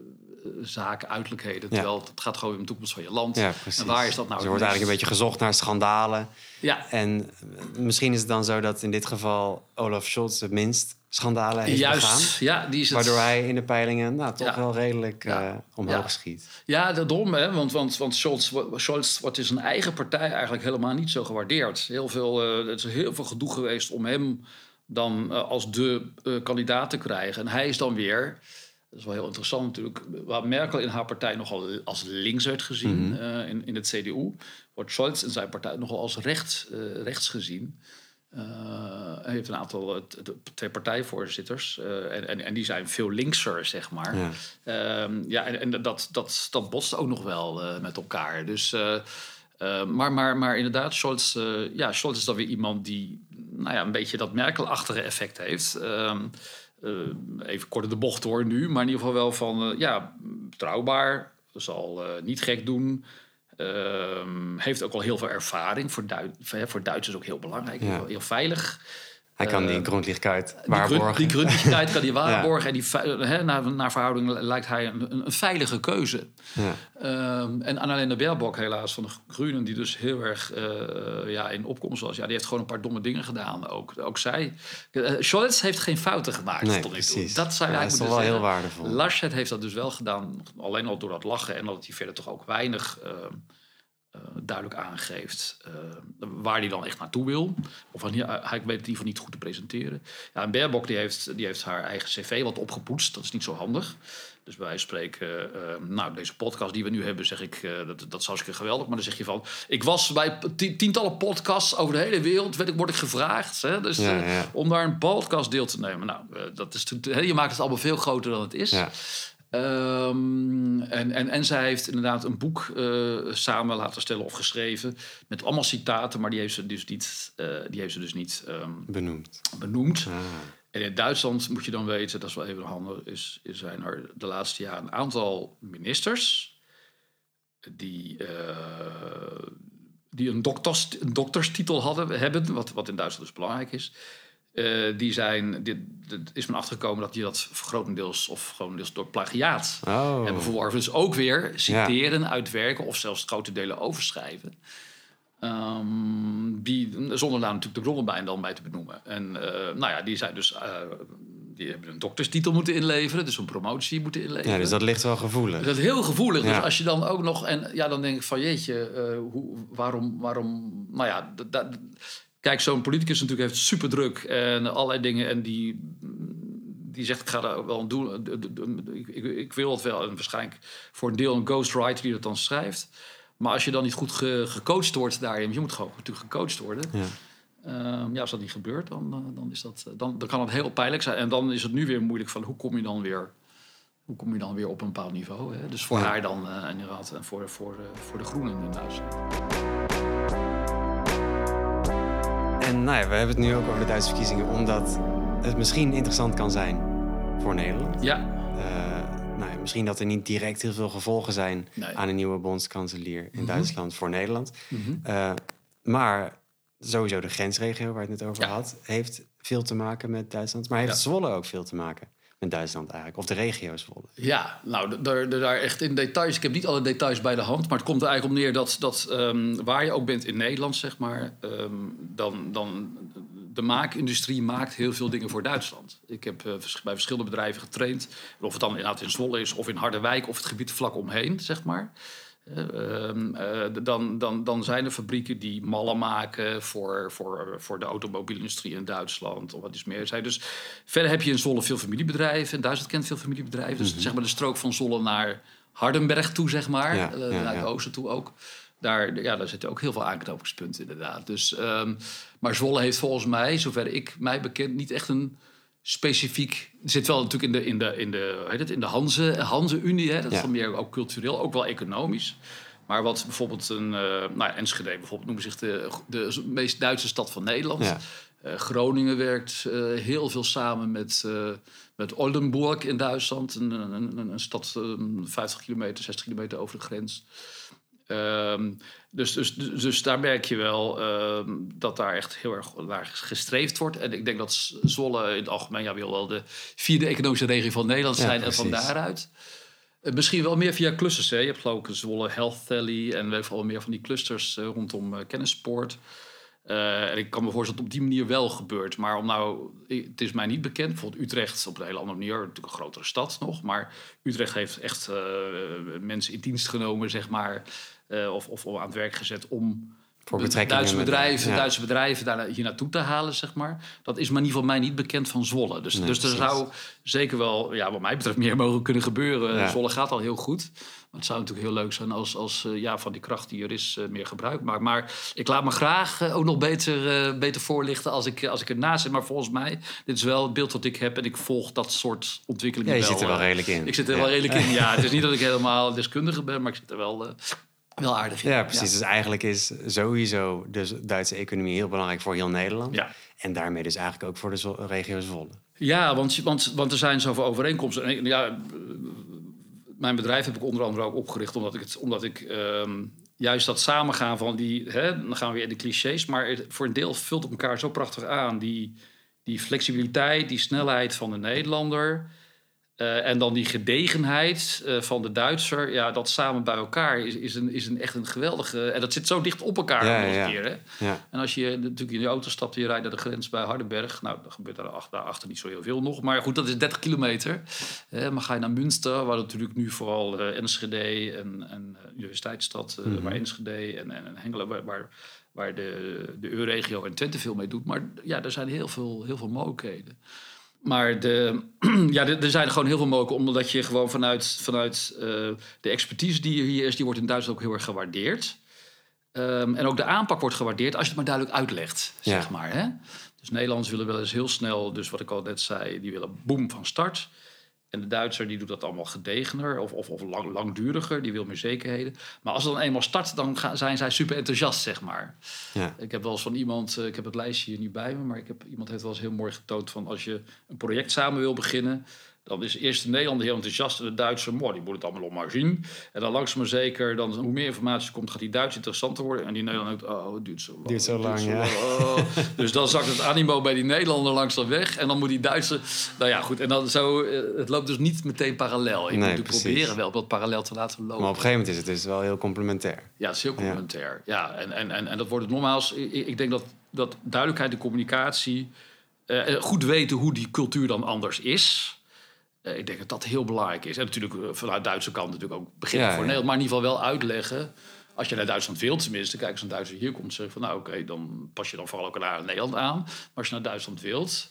zaken, uiterlijkheden. Terwijl ja. het gaat gewoon om de toekomst van je land. Ja, precies. En waar is dat nou? Dus er wordt eigenlijk een beetje gezocht naar schandalen. Ja. En misschien is het dan zo dat in dit geval Olaf Scholz het minst schandalen heeft Juist, begaan. Ja, die is het... Waardoor hij in de peilingen nou, toch ja. wel redelijk ja. uh, omhoog ja. schiet. Ja, dat dom, hè? Want, want, want Scholz, Scholz wordt in zijn eigen partij eigenlijk helemaal niet zo gewaardeerd. Heel veel, uh, er is heel veel gedoe geweest om hem dan uh, als de uh, kandidaat te krijgen. En hij is dan weer... Dat is wel heel interessant natuurlijk. Waar Merkel in haar partij nogal als links werd gezien, mm-hmm. uh, in, in het C D U... wordt Scholz in zijn partij nogal als rechts, uh, rechts gezien. Uh, hij heeft een aantal uh, t- t- twee partijvoorzitters. Uh, en, en, en die zijn veel linkser, zeg maar. Ja, um, ja en, en dat, dat, dat botst ook nog wel uh, met elkaar. Dus, uh, uh, maar, maar, maar inderdaad, Scholz, uh, ja, Scholz is dan weer iemand die nou ja, een beetje dat Merkel-achtige effect heeft... Um, Uh, even kort de bocht hoor nu, maar in ieder geval wel van uh, ja, betrouwbaar, zal uh, niet gek doen. Uh, heeft ook al heel veel ervaring. Voor, Duit, voor Duitsers ook heel belangrijk, ja. heel, heel veilig. Hij kan uh, die Grundlichkeit waarborgen. Die Grundlichkeit kan hij waarborgen. Ja. En die, he, naar, naar verhouding lijkt hij een, een, een veilige keuze. Ja. Um, en Annalena Baerbock helaas van de Groenen... die dus heel erg uh, ja, in opkomst was. Ja, die heeft gewoon een paar domme dingen gedaan. Ook, ook zij. Uh, Scholz heeft geen fouten gemaakt. Nee, tot precies. Dat zou ja, dat is toch wel zeggen. Heel waardevol. Laschet heeft dat dus wel gedaan. Alleen al door dat lachen. En dat hij verder toch ook weinig... Uh, Uh, duidelijk aangeeft uh, waar hij dan echt naartoe wil. Of hij, hij weet het in ieder geval niet goed te presenteren. Ja, en Baerbock die heeft, die heeft haar eigen cv wat opgepoetst. Dat is niet zo handig. Dus wij spreken... Uh, nou, deze podcast die we nu hebben, zeg ik... Uh, dat, dat is hartstikke geweldig. Maar dan zeg je van... Ik was bij tientallen podcasts over de hele wereld... Werd ik, word ik gevraagd. Hè, dus, ja, ja. Uh, om daar een podcast deel te nemen. Nou, uh, dat is, je maakt het allemaal veel groter dan het is. Ja. Um, en, en, en zij heeft inderdaad een boek uh, samen laten stellen of geschreven... met allemaal citaten, maar die heeft ze dus niet, uh, die heeft ze dus niet um, benoemd. benoemd. Ah. En in Duitsland moet je dan weten, dat is wel even handig... is, is zijn er de laatste jaren een aantal ministers... die, uh, die een, dokters, een dokterstitel hadden, hebben, wat, wat in Duitsland dus belangrijk is... Uh, die zijn, dit, dit is men achtergekomen dat die dat grotendeels of grotendeels door plagiaat oh. hebben verworven. Dus ook weer citeren, ja. uitwerken of zelfs grote delen overschrijven. Um, die, zonder daar natuurlijk de bronnen bij en dan bij te benoemen. En uh, nou ja, die zijn dus uh, die hebben een dokterstitel moeten inleveren, dus een promotie moeten inleveren. Ja, dus dat ligt wel gevoelig. Dat is heel gevoelig. Ja. Dus als je dan ook nog en ja, dan denk ik van jeetje, uh, hoe, waarom, waarom, nou ja, dat. dat Kijk, zo'n politicus natuurlijk heeft super druk en allerlei dingen. En die, die zegt, ik ga daar wel aan doen. Ik, ik, ik wil het wel. En waarschijnlijk voor een deel een ghostwriter die dat dan schrijft. Maar als je dan niet goed ge, gecoacht wordt daarin... je moet gewoon natuurlijk gecoacht worden. Ja, um, ja als dat niet gebeurt, dan, dan, is dat, dan, dan kan het heel pijnlijk zijn. En dan is het nu weer moeilijk van hoe kom je dan weer... Hoe kom je dan weer op een bepaald niveau? Hè? Dus voor ja. haar dan uh, inderdaad en voor, voor, uh, voor de Groenen in Duitsland. En nou ja, we hebben het nu ook over de Duitse verkiezingen... omdat het misschien interessant kan zijn voor Nederland. Ja. Uh, nou ja, misschien dat er niet direct heel veel gevolgen zijn... Nee. aan een nieuwe bondskanselier in mm-hmm. Duitsland voor Nederland. Mm-hmm. Uh, maar sowieso de grensregio waar je het net over ja. had... heeft veel te maken met Duitsland. Maar heeft ja. Zwolle ook veel te maken met Duitsland eigenlijk? Of de regio Zwolle? Ja, nou, daar, daar echt in details... Ik heb niet alle details bij de hand... maar het komt er eigenlijk om neer dat, dat um, waar je ook bent in Nederland, zeg maar... Um, dan, dan de maakindustrie maakt heel veel dingen voor Duitsland. Ik heb uh, bij verschillende bedrijven getraind. Of het dan inderdaad in Zwolle is of in Harderwijk... of het gebied vlak omheen, zeg maar... Uh, uh, dan, dan, dan zijn er fabrieken die mallen maken voor, voor, voor de automobielindustrie in Duitsland of wat is meer. Zij dus, verder heb je in Zwolle veel familiebedrijven. In Duitsland kent veel familiebedrijven. Mm-hmm. Dus zeg maar de strook van Zwolle naar Hardenberg toe, zeg maar. Ja, uh, ja, naar het ja. oosten toe ook. Daar, ja, daar zitten ook heel veel aanknopingspunten inderdaad. Dus, um, maar Zwolle heeft volgens mij, zover ik mij bekend, niet echt een... specifiek, het zit wel natuurlijk in de, in de, in de, heet het, in de Hanze, Hanze-Unie. Hè? Dat is ja. meer ook cultureel, ook wel economisch. Maar wat bijvoorbeeld een... Uh, nou ja, Enschede bijvoorbeeld noemen zich de, de meest Duitse stad van Nederland. Ja. Uh, Groningen werkt uh, heel veel samen met, uh, met Oldenburg in Duitsland. Een, een, een, een stad um, vijftig kilometer, zestig kilometer over de grens. Um, dus, dus, dus daar merk je wel uh, dat daar echt heel erg naar gestreefd wordt. En ik denk dat Zwolle in het algemeen ja, wil wel de vierde economische regio van Nederland zijn. Ja, en van daaruit. Uh, misschien wel meer via clusters. Hè. Je hebt geloof ik Zwolle Health Valley. En we hebben al meer van die clusters uh, rondom uh, kennissport. Uh, en ik kan me voorstellen dat het op die manier wel gebeurt. Maar om nou, het is mij niet bekend. Bijvoorbeeld Utrecht op een hele andere manier. Natuurlijk een grotere stad nog. Maar Utrecht heeft echt uh, mensen in dienst genomen, zeg maar. Uh, of, of aan het werk gezet om voor Duitse bedrijven, ja. Duitse bedrijven daar hier naartoe te halen, zeg maar. Dat is maar in ieder geval mij niet bekend van Zwolle. Dus, nee, dus er zou zeker wel, ja, wat mij betreft, meer mogen kunnen gebeuren. Ja. Zwolle gaat al heel goed. Maar het zou natuurlijk heel leuk zijn als, als uh, ja, van die kracht die er is uh, meer gebruik maakt. Maar ik laat me graag uh, ook nog beter, uh, beter voorlichten als ik, als ik ernaast zit. Maar volgens mij, dit is wel het beeld wat ik heb. En ik volg dat soort ontwikkelingen wel. Ja, je wel, zit er wel redelijk in. Ik zit er ja. wel redelijk in, ja. Het is niet dat ik helemaal deskundige ben, maar ik zit er wel... Uh, Wel aardig. Ja, precies. Ja. Dus eigenlijk is sowieso de Duitse economie heel belangrijk voor heel Nederland. Ja. En daarmee dus eigenlijk ook voor de regio Zwolle. Ja, want, want, want er zijn zoveel overeenkomsten. En, ja, mijn bedrijf heb ik onder andere ook opgericht omdat ik, het, omdat ik um, juist dat samengaan van die... Hè, dan gaan we weer in de clichés, maar voor een deel vult het elkaar zo prachtig aan. Die, die flexibiliteit, die snelheid van de Nederlander... Uh, en dan die gedegenheid uh, van de Duitser, ja, dat samen bij elkaar is, is, een, is een, echt een geweldige... En dat zit zo dicht op elkaar ja, nog een ja. keer. Hè? Ja. En als je natuurlijk in je auto stapt en je rijdt naar de grens bij Hardenberg... Nou, dan gebeurt daar achter, daarachter niet zo heel veel nog. Maar goed, dat is dertig kilometer. Uh, maar ga je naar Münster, waar natuurlijk nu vooral uh, Enschede en, en uh, universiteitsstad... Uh, mm-hmm. waar Enschede en, en, en Hengelo, waar, waar, waar de, de EU-regio en Twente veel mee doet. Maar ja, er zijn heel veel, heel veel mogelijkheden. Maar de, ja, er zijn gewoon heel veel mogelijkheden... omdat je gewoon vanuit, vanuit uh, de expertise die hier is... die wordt in Duitsland ook heel erg gewaardeerd. Um, en ook de aanpak wordt gewaardeerd als je het maar duidelijk uitlegt, ja. zeg maar. Hè? Dus Nederlanders willen wel eens heel snel... dus wat ik al net zei, die willen boem van start... En de Duitser die doet dat allemaal gedegener of, of, of lang, langduriger. Die wil meer zekerheden. Maar als het dan eenmaal start, dan gaan, zijn zij super enthousiast, zeg maar. Ja. Ik heb wel eens van iemand... Ik heb het lijstje hier niet bij me... maar ik heb, iemand heeft wel eens heel mooi getoond van... als je een project samen wil beginnen... dan is eerst de Nederlander heel enthousiast... en de Duitser, mooi, die moet het allemaal nog maar zien. En dan langzaam maar zeker... Dan, hoe meer informatie komt, gaat die Duits interessanter worden... en die Nederlander, oh, het duurt zo lang. Duurt zo lang, duurt zo lang, ja. Oh. Dus dan zakt het animo bij die Nederlander langzaam weg... en dan moet die Duitser... Nou ja, goed, en dan zo... Het loopt dus niet meteen parallel. Je nee, moet proberen wel dat parallel te laten lopen. Maar op een gegeven moment is het dus wel heel complementair. Ja, het is heel complementair. Ja, ja en, en, en, en dat wordt het nogmaals... Ik, ik denk dat, dat duidelijkheid, de communicatie... Uh, goed weten hoe die cultuur dan anders is... Ik denk dat dat heel belangrijk is. En natuurlijk vanuit de Duitse kant natuurlijk ook beginnen ja, voor ja. Nederland. Maar in ieder geval wel uitleggen. Als je naar Duitsland wilt tenminste. Kijk, als een Duitser hier komt en zegt van... nou oké, okay, dan pas je dan vooral ook naar Nederland aan. Maar als je naar Duitsland wilt...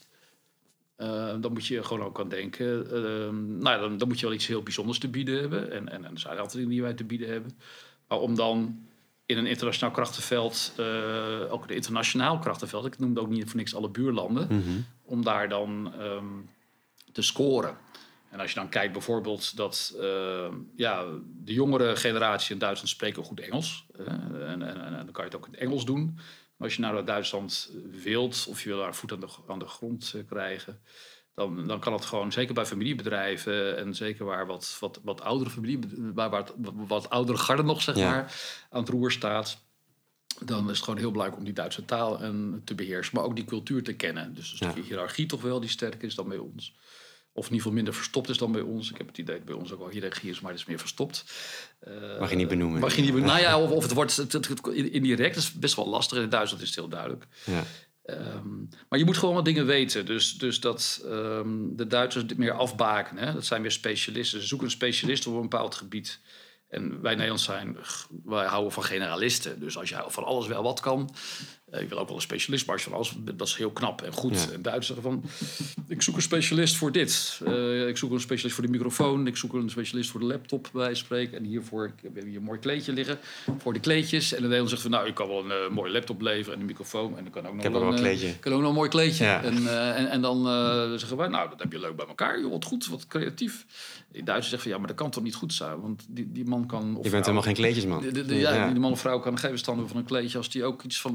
Uh, dan moet je gewoon ook aan denken... Uh, nou ja, dan, dan moet je wel iets heel bijzonders te bieden hebben. En, en, en er zijn altijd dingen die wij te bieden hebben. Maar om dan in een internationaal krachtenveld... Uh, ook een internationaal krachtenveld... ik noemde ook niet voor niks alle buurlanden... Mm-hmm. om daar dan um, te scoren... En als je dan kijkt bijvoorbeeld dat uh, ja, de jongere generatie in Duitsland spreken goed Engels. Uh, en, en, en dan kan je het ook in het Engels doen. Maar als je nou naar Duitsland wilt of je wil daar voet aan de, aan de grond uh, krijgen... Dan, dan kan het gewoon, zeker bij familiebedrijven... en zeker waar wat, wat, wat oudere familie, waar wat, wat oudere garde nog zeg ja. maar, aan het roer staat... dan is het gewoon heel belangrijk om die Duitse taal en, te beheersen. Maar ook die cultuur te kennen. Dus een stukje ja. hiërarchie toch wel die sterker is dan bij ons... Of in ieder geval minder verstopt is dan bij ons. Ik heb het idee dat bij ons ook wel hiërarchie is, maar het is meer verstopt. Uh, mag je niet benoemen. Mag je niet benoemen. Nou ja, of, of het wordt het, het, het, indirect. Dat is best wel lastig. In Duitsland is het heel duidelijk. Ja. Um, maar je moet gewoon wat dingen weten. Dus, dus dat um, de Duitsers dit meer afbaken. Hè? Dat zijn weer specialisten. Ze zoeken een specialist op een bepaald gebied. En wij Nederlanders zijn, wij houden van generalisten. Dus als je van alles wel wat kan... Uh, ik wil ook wel een specialist, maar als je van alles... Dat is heel knap en goed. Ja. En Duitsers zeggen van... Ik zoek een specialist voor dit. Uh, ik zoek een specialist voor de microfoon. Ik zoek een specialist voor de laptop, bij spreken. En hiervoor, ik heb hier een mooi kleedje liggen. Voor de kleedjes. En de Nederlander zegt van... Nou, ik kan wel een uh, mooie laptop leveren en een microfoon. En ik kan ook nog ik heb wel een kleedje. Ik kan ook nog een mooi kleedje. Ja. En, uh, en, en dan uh, zeggen wij... Nou, dat heb je leuk bij elkaar. Joh, wat goed, wat creatief. Die Duitsers zeggen van... Ja, maar dat kan toch niet goed zijn? Want die, die man kan... Of je bent vrouw, helemaal geen kleedjesman. De, de, de, ja, ja. Die man of vrouw kan een gegeven stand van een kleedje... als die ook iets van... Nou ja,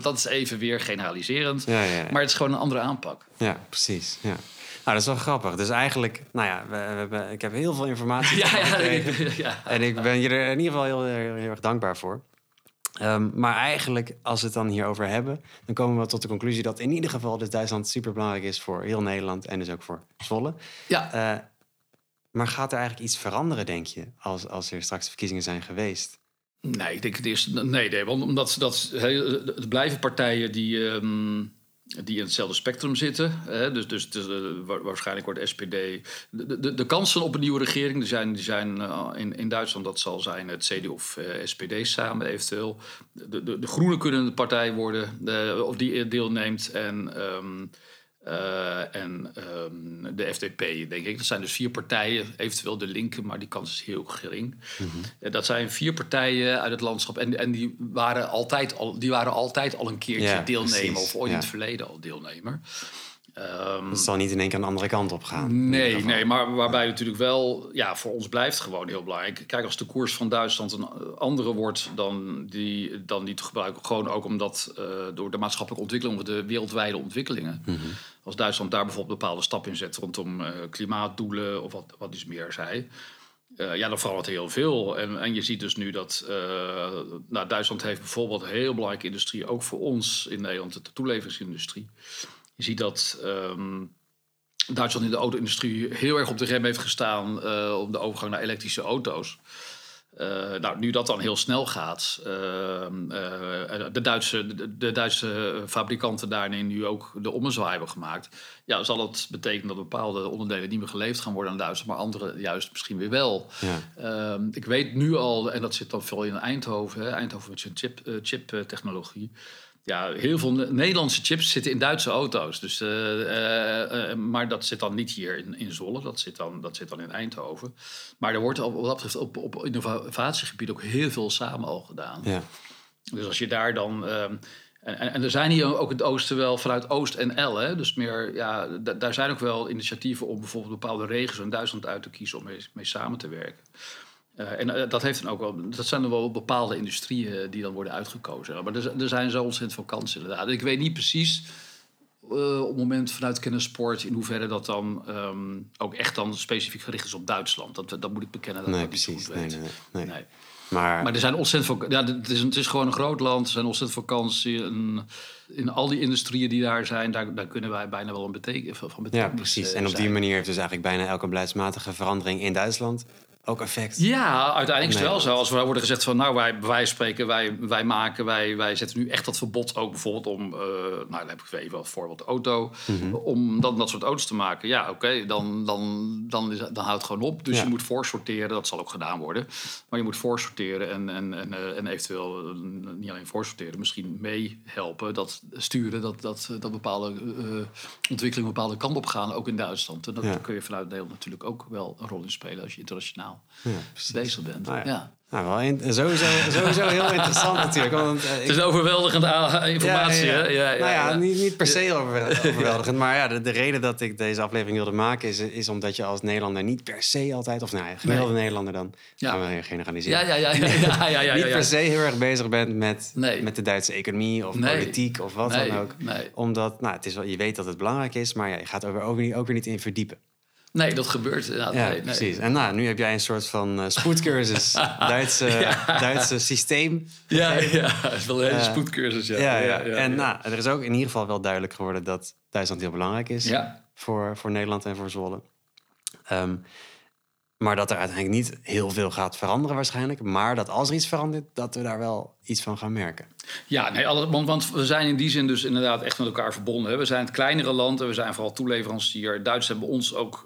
dat is even weer generaliserend. Ja, ja, ja. Maar het is gewoon een andere aanpak. Ja, precies. Ja. Nou, dat is wel grappig. Dus eigenlijk, nou ja, we, we hebben, ik heb heel veel informatie ja, ja, gekregen. ja. En ik ben je er in ieder geval heel, heel, heel erg dankbaar voor. Um, maar eigenlijk, als we het dan hierover hebben, dan komen we tot de conclusie dat in ieder geval dus Duitsland superbelangrijk is voor heel Nederland en dus ook voor Zwolle. Ja. Uh, maar gaat er eigenlijk iets veranderen, denk je, als, als er straks verkiezingen zijn geweest? Nee, ik denk het eerst. Nee, nee, want omdat dat, het blijven partijen die, um, die in hetzelfde spectrum zitten. Hè, dus dus, dus uh, waarschijnlijk wordt de S P D. De, de, de kansen op een nieuwe regering die zijn, die zijn uh, in, in Duitsland, dat zal zijn het C D U of uh, S P D samen eventueel. De, de, de Groenen kunnen de partij worden, de, of die deelneemt. En. Um, Uh, en um, de F D P, denk ik. Dat zijn dus vier partijen, eventueel de linker, maar die kans is heel gering. Mm-hmm. Uh, dat zijn vier partijen uit het landschap. En, en die, waren altijd al, die waren altijd al een keertje ja, deelnemer. Precies. Of ooit ja. in het verleden al deelnemer. Um, het zal niet in één keer aan de andere kant op gaan. Nee, nee, maar waarbij natuurlijk wel... Ja, voor ons blijft gewoon heel belangrijk. Kijk, als de koers van Duitsland een andere wordt dan die, dan die te gebruiken. Gewoon ook omdat uh, door de maatschappelijke ontwikkeling... of de wereldwijde ontwikkelingen... Mm-hmm. Als Duitsland daar bijvoorbeeld bepaalde stappen in zet... rondom uh, klimaatdoelen of wat, wat iets meer zei... Uh, ja, dan verandert heel veel. En, en je ziet dus nu dat... Uh, nou, Duitsland heeft bijvoorbeeld een heel belangrijke industrie... ook voor ons in Nederland, de toeleveringsindustrie... Je ziet dat um, Duitsland in de auto-industrie heel erg op de rem heeft gestaan... Uh, om de overgang naar elektrische auto's. Uh, nou, nu dat dan heel snel gaat... Uh, uh, de, Duitse, de, de Duitse fabrikanten daarin nu ook de ommezwaai hebben gemaakt... Ja, zal het betekenen dat bepaalde onderdelen niet meer geleverd gaan worden aan Duitsland... maar andere juist misschien weer wel. Ja. Uh, ik weet nu al, en dat zit dan veel in Eindhoven... Hè, Eindhoven met zijn chip, uh, chip-technologie... Ja, heel veel Nederlandse chips zitten in Duitse auto's. Dus, uh, uh, uh, maar dat zit dan niet hier in, in Zwolle. Dat zit, dan, dat zit dan in Eindhoven. Maar er wordt op, wat dat betreft op, op innovatiegebied ook heel veel samen al gedaan. Ja. Dus als je daar dan... Uh, en, en er zijn hier ook in het oosten wel vanuit Oost en L. Hè, dus meer, ja, d- daar zijn ook wel initiatieven om bijvoorbeeld bepaalde regio's in Duitsland uit te kiezen... om mee, mee samen te werken. Uh, en uh, dat heeft dan ook wel, dat zijn er wel bepaalde industrieën die dan worden uitgekozen. Maar er, er zijn zo ontzettend veel kansen inderdaad. Ik weet niet precies uh, op het moment vanuit Kennissport in hoeverre dat dan um, ook echt dan specifiek gericht is op Duitsland. Dat, dat moet ik bekennen. Dat nee, ik precies. Niet goed weet. Nee, nee, nee. Nee. Maar, maar er zijn ontzettend veel... Ja, het, is, het is gewoon een groot land. Er zijn ontzettend veel kansen. In, in al die industrieën die daar zijn... daar, daar kunnen wij bijna wel een beteken, van betekenis Ja, precies. En op die manier heeft dus eigenlijk bijna elke beleidsmatige verandering in Duitsland... ook effect. Ja, uiteindelijk is het wel zo. Als we worden gezegd van, nou, wij, wij spreken, wij, wij maken, wij, wij zetten nu echt dat verbod ook bijvoorbeeld om, uh, nou, dan heb ik even als voorbeeld de auto, mm-hmm. om dan dat soort auto's te maken. Ja, oké, okay, dan, dan, dan, dan houdt het gewoon op. Dus ja. je moet voorsorteren, dat zal ook gedaan worden. Maar je moet voorsorteren en, en, en, uh, en eventueel uh, niet alleen voorsorteren, misschien meehelpen, dat sturen, dat, dat, dat bepaalde uh, ontwikkelingen een bepaalde kant op gaan, ook in Duitsland. En dat ja. kun je vanuit Nederland natuurlijk ook wel een rol in spelen als je internationaal Ja, bezig bent. Nou ja. Ja. Nou, wel in, sowieso, sowieso heel interessant natuurlijk. Want, uh, het is overweldigende informatie. Ja, ja, ja. Ja, ja, ja, nou ja, ja. Niet, niet per se overweldigend. Maar ja, de, de reden dat ik deze aflevering wilde maken... is, is omdat je als Nederlander niet per se altijd... of nou ja, gemiddelde nee. Nederlander dan... Ja. gaan we generaliseren. Ja, ja, ja, ja, ja, ja, ja, niet ja. per se heel erg bezig bent met, nee. met de Duitse economie... of nee. politiek of wat nee. dan ook. Nee. Omdat, nou, het is wel, je weet dat het belangrijk is... maar ja, je gaat er ook, ook, ook weer niet in verdiepen. Nee, dat gebeurt. Ja, ja nee, precies. Nee. En nou, nu heb jij een soort van uh, spoedcursus. Duitse, ja. Duitse systeem. Ja, ja, het is wel een hele uh, spoedcursus. Ja. Ja, ja. ja, ja en ja. nou, er is ook in ieder geval wel duidelijk geworden... dat Duitsland heel belangrijk is ja. voor, voor Nederland en voor Zwolle. Um, maar dat er uiteindelijk niet heel veel gaat veranderen waarschijnlijk. Maar dat als er iets verandert, dat we daar wel iets van gaan merken. Ja, nee, want, want we zijn in die zin dus inderdaad echt met elkaar verbonden. Hè. We zijn het kleinere land en we zijn vooral toeleverancier. Duitsers hebben ons ook...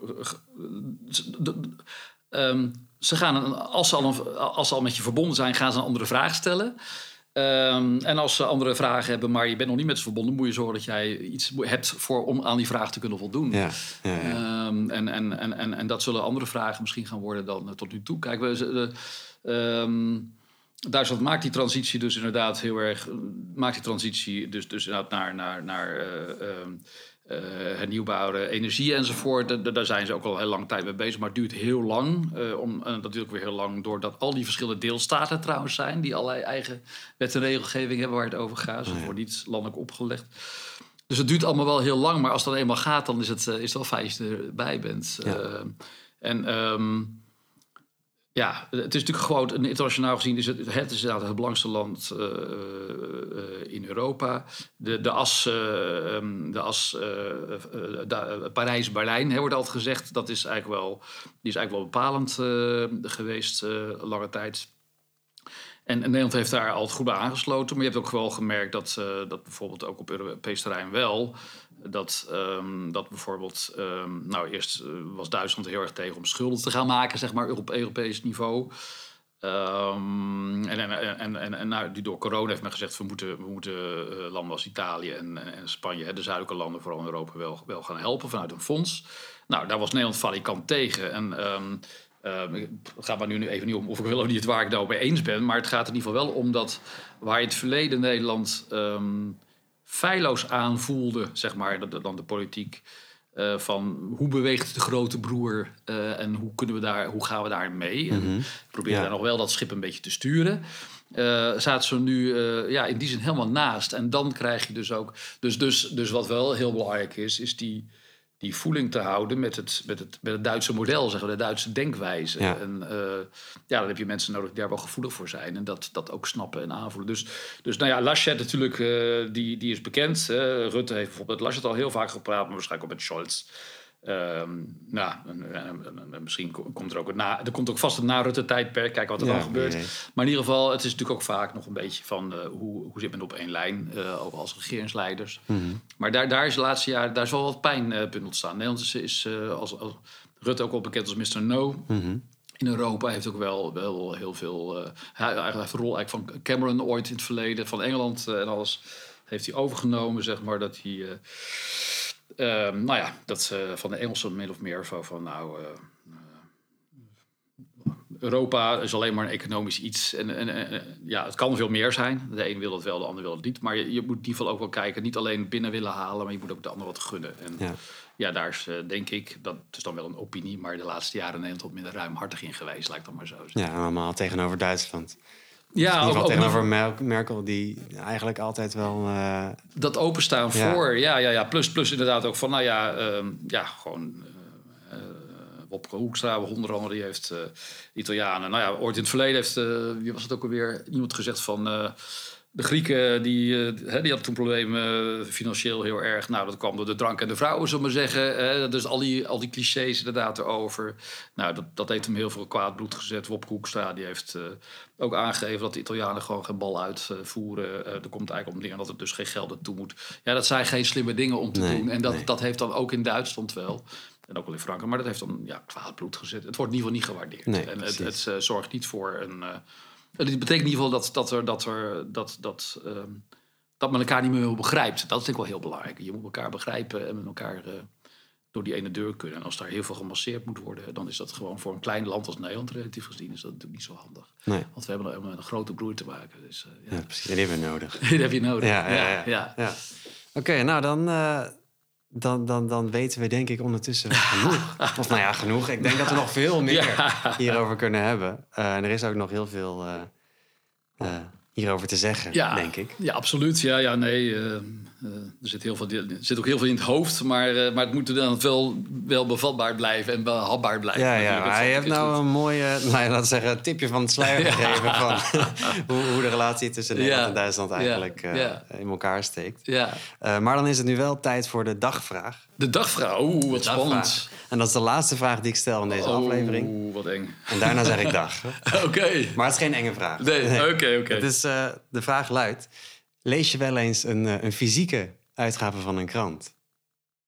Um, ze gaan, als ze, al een, als ze al met je verbonden zijn, gaan ze een andere vraag stellen. Um, en als ze andere vragen hebben, maar je bent nog niet met ze verbonden... moet je zorgen dat jij iets hebt voor, om aan die vraag te kunnen voldoen. Ja, ja, ja. Um, en, en, en, en, en dat zullen andere vragen misschien gaan worden dan uh, tot nu toe. Kijk, we... Uh, um, Duitsland maakt die transitie dus inderdaad heel erg... maakt die transitie dus, dus inderdaad naar, naar, naar uh, uh, hernieuwbare energie enzovoort. Da- daar zijn ze ook al heel lang tijd mee bezig, maar het duurt heel lang. Uh, om, uh, dat duurt ook weer heel lang doordat al die verschillende deelstaten trouwens zijn, die allerlei eigen wet en regelgeving hebben waar het over gaat. Dus het wordt niet landelijk opgelegd. Dus het duurt allemaal wel heel lang, maar als dat eenmaal gaat, dan is het, uh, is het wel fijn als je erbij bent. Ja. Uh, en um, ja, het is natuurlijk gewoon, internationaal gezien is het, het is het belangrijkste land uh, uh, in Europa. De, de as, uh, de as uh, uh, Parijs-Berlijn, wordt altijd gezegd, dat is eigenlijk wel, die is eigenlijk wel bepalend uh, geweest uh, lange tijd. En Nederland heeft daar altijd goed bij aangesloten. Maar je hebt ook wel gemerkt dat, uh, dat bijvoorbeeld ook op Europees terrein wel... dat, um, dat bijvoorbeeld... Um, nou, eerst uh, was Duitsland heel erg tegen om schulden te gaan maken, zeg maar, op Europees niveau. Um, en en, en, en, en nou, die door corona heeft men gezegd... we moeten, we moeten uh, landen als Italië en, en Spanje... Hè, de zuidelijke landen, vooral in Europa, wel, wel gaan helpen vanuit een fonds. Nou, daar was Nederland valikant tegen. En... Um, Uh, het gaat maar nu even niet om of ik wel of niet waar ik daarmee eens ben. Maar het gaat in ieder geval wel om dat waar in het verleden Nederland um, feilloos aanvoelde, zeg maar, dan de politiek. Uh, van hoe beweegt de grote broer uh, en hoe, kunnen we daar, hoe gaan we daar mee? Mm-hmm. En proberen ja. daar nog wel dat schip een beetje te sturen. Uh, zaten ze nu uh, ja, in die zin helemaal naast. En dan krijg je dus ook... Dus, dus, dus wat wel heel belangrijk is, is die... die voeling te houden met het, met het, met het Duitse model, zeggen we, de Duitse denkwijze. Ja. En uh, ja, dan heb je mensen nodig die daar wel gevoelig voor zijn... en dat, dat ook snappen en aanvoelen. Dus, dus nou ja, Laschet natuurlijk, uh, die, die is bekend. Uh, Rutte heeft bijvoorbeeld Laschet al heel vaak gepraat... maar waarschijnlijk ook met Scholz. Um, nou, en, en, en, en misschien komt er ook... Na, er komt ook vast een na-Rutte-tijdperk, kijken wat er ja, dan gebeurt. Nee, nee. Maar in ieder geval, het is natuurlijk ook vaak nog een beetje van... Uh, hoe, hoe zit men op één lijn, uh, ook als regeringsleiders. Mm-hmm. Maar daar, daar is de laatste jaren... daar is wel wat pijnpunt uh, ontstaan. Nederland is, is uh, als, als Rutte ook wel bekend als mister No... Mm-hmm. In Europa heeft ook wel, wel heel veel... Uh, hij, hij heeft de rol eigenlijk van Cameron ooit in het verleden... van Engeland uh, en alles heeft hij overgenomen, zeg maar, dat hij... Uh, Uh, nou ja, dat uh, van de Engelsen min of meer van, van nou, uh, uh, Europa is alleen maar een economisch iets. En, en, en ja, het kan veel meer zijn. De een wil het wel, de ander wil het niet. Maar je, je moet in ieder geval ook wel kijken, niet alleen binnen willen halen, maar je moet ook de ander wat gunnen. En ja, ja daar is uh, denk ik, dat is dan wel een opinie, maar de laatste jaren Nederland wat minder ruimhartig in geweest, laat ik dan maar zo zeggen. Ja, allemaal tegenover Duitsland. Ja, in ieder geval ook, tegenover ook, Merkel, die eigenlijk altijd wel... Uh, dat openstaan ja. voor, ja, ja, ja. Plus, plus inderdaad ook van, nou ja, um, ja, gewoon... Uh, uh, Wopke Hoekstra, onder andere, die heeft uh, Italianen... Nou ja, ooit in het verleden heeft, uh, wie was het ook alweer, iemand gezegd van... Uh, de Grieken, die, uh, die hadden toen problemen uh, financieel heel erg. Nou, dat kwam door de drank en de vrouwen, zullen we maar zeggen. Uh, dus al die, al die clichés inderdaad erover. Nou, dat, dat heeft hem heel veel kwaad bloed gezet. Wopke Hoekstra, die heeft uh, ook aangegeven... dat de Italianen gewoon geen bal uitvoeren. Uh, er komt eigenlijk om neer dat er dus geen geld naartoe moet. Ja, dat zijn geen slimme dingen om te nee, doen. En dat, nee. dat heeft dan ook in Duitsland wel... En ook wel in Frankrijk, maar dat heeft dan ja, kwaad bloed gezet. Het wordt in ieder geval niet gewaardeerd. Nee, en het, het uh, zorgt niet voor een... Uh, Het betekent in ieder geval dat, dat, er, dat, er, dat, dat, um, dat men elkaar niet meer begrijpt. Dat is denk ik wel heel belangrijk. Je moet elkaar begrijpen en met elkaar uh, door die ene deur kunnen. En als daar heel veel gemasseerd moet worden... dan is dat gewoon voor een klein land als Nederland relatief gezien... is dat natuurlijk niet zo handig. Nee. Want we hebben met een grote broer te maken. Dus, uh, ja. ja, precies. En die hebben we nodig. Die heb je nodig. Ja, ja, ja. ja. ja. ja. Oké, okay, nou dan... Uh... Dan, dan, dan weten we denk ik ondertussen genoeg. Of nou ja, genoeg. Ik denk dat we nog veel meer ja. hierover kunnen hebben. Uh, en er is ook nog heel veel uh, uh, hierover te zeggen, ja. denk ik. Ja, absoluut. Ja, ja nee. Uh, uh, er, zit heel veel, er zit ook heel veel in het hoofd. Maar, uh, maar het moet dan wel, wel bevatbaar blijven en behapbaar blijven. Ja, ja maar je hebt nou goed. een mooie, nou ja, laten we zeggen, tipje van het sluier ja. gegeven... van hoe, hoe de relatie tussen Nederland ja. en Duitsland eigenlijk ja. Uh, ja. in elkaar steekt. Ja. Uh, maar dan is het nu wel tijd voor de dagvraag. De dagvraag, oeh, wat spannend. En dat is de laatste vraag die ik stel in deze oh, aflevering. Oeh, wat eng. En daarna zeg ik dag. Oké. Okay. Maar het is geen enge vraag. Nee, oké, oké. Okay, okay. Dus uh, de vraag luidt... lees je wel eens een, uh, een fysieke uitgave van een krant?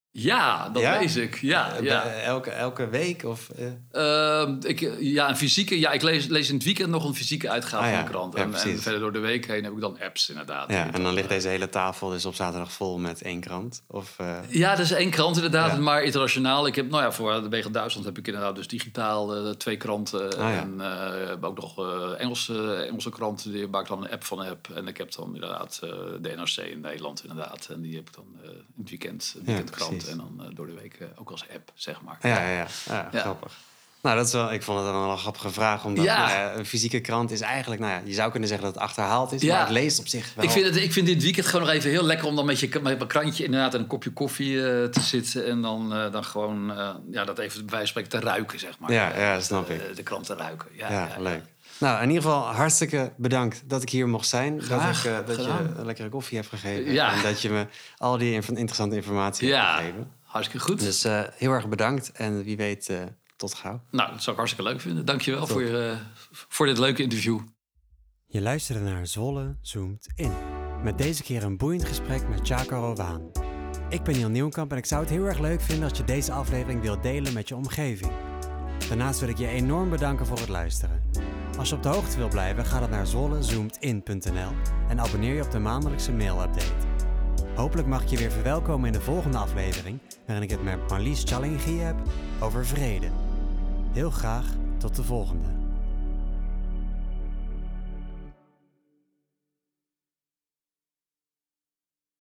Ja, dat ja? lees ik. Ja, uh, ja. Elke, elke week? Of, uh... Uh, ik, ja, een fysieke. Ja, ik lees, lees in het weekend nog een fysieke uitgave ah, ja. van de krant. Ja, en, en verder door de week heen heb ik dan apps inderdaad. Ja, en dan, dan ligt deze hele tafel dus op zaterdag vol met één krant? Of, uh... Ja, dat is één krant inderdaad, ja. maar internationaal. Ik heb, nou ja, voor de Wegen Duitsland heb ik inderdaad dus digitaal uh, twee kranten. Ah, ja. En uh, ook nog uh, Engelse, Engelse kranten, die waar ik dan een app van heb. En ik heb dan inderdaad uh, de N R C in Nederland inderdaad. En die heb ik dan uh, in het weekend, de weekendkrant. Ja, en dan uh, door de week uh, ook als app, zeg maar. Ja, ja, ja. ja, ja. Grappig. Nou, dat is wel, ik vond het wel een grappige vraag. Omdat ja. Nou ja, een fysieke krant is eigenlijk... Nou ja, je zou kunnen zeggen dat het achterhaald is. Ja. Maar het leest op zich wel. Ik vind, het, ik vind dit weekend gewoon nog even heel lekker... om dan met je met een krantje inderdaad en een kopje koffie uh, te zitten. En dan, uh, dan gewoon uh, ja, dat even bij wijze van spreken te ruiken, zeg maar. Ja, ja, snap ik. Uh, de krant te ruiken. Ja, ja, ja leuk. Ja. Nou, in ieder geval hartstikke bedankt dat ik hier mocht zijn. Graag, dat ik, uh, dat je een lekkere koffie hebt gegeven. Ja. En dat je me al die interessante informatie ja. hebt gegeven. Hartstikke goed. Dus uh, heel erg bedankt. En wie weet, uh, tot gauw. Nou, dat zou ik hartstikke leuk vinden. Dankjewel voor, je, uh, voor dit leuke interview. Je luisterde naar Zwolle Zoomt In. Met deze keer een boeiend gesprek met Tjako Rovaan. Ik ben Neil Nieuwenkamp en ik zou het heel erg leuk vinden... als je deze aflevering wilt delen met je omgeving. Daarnaast wil ik je enorm bedanken voor het luisteren. Als je op de hoogte wil blijven, ga dan naar zwolle zoomt in punt n l en abonneer je op de maandelijkse mailupdate. Hopelijk mag ik je weer verwelkomen in de volgende aflevering, waarin ik het met Marlies Chalingi heb over vrede. Heel graag tot de volgende.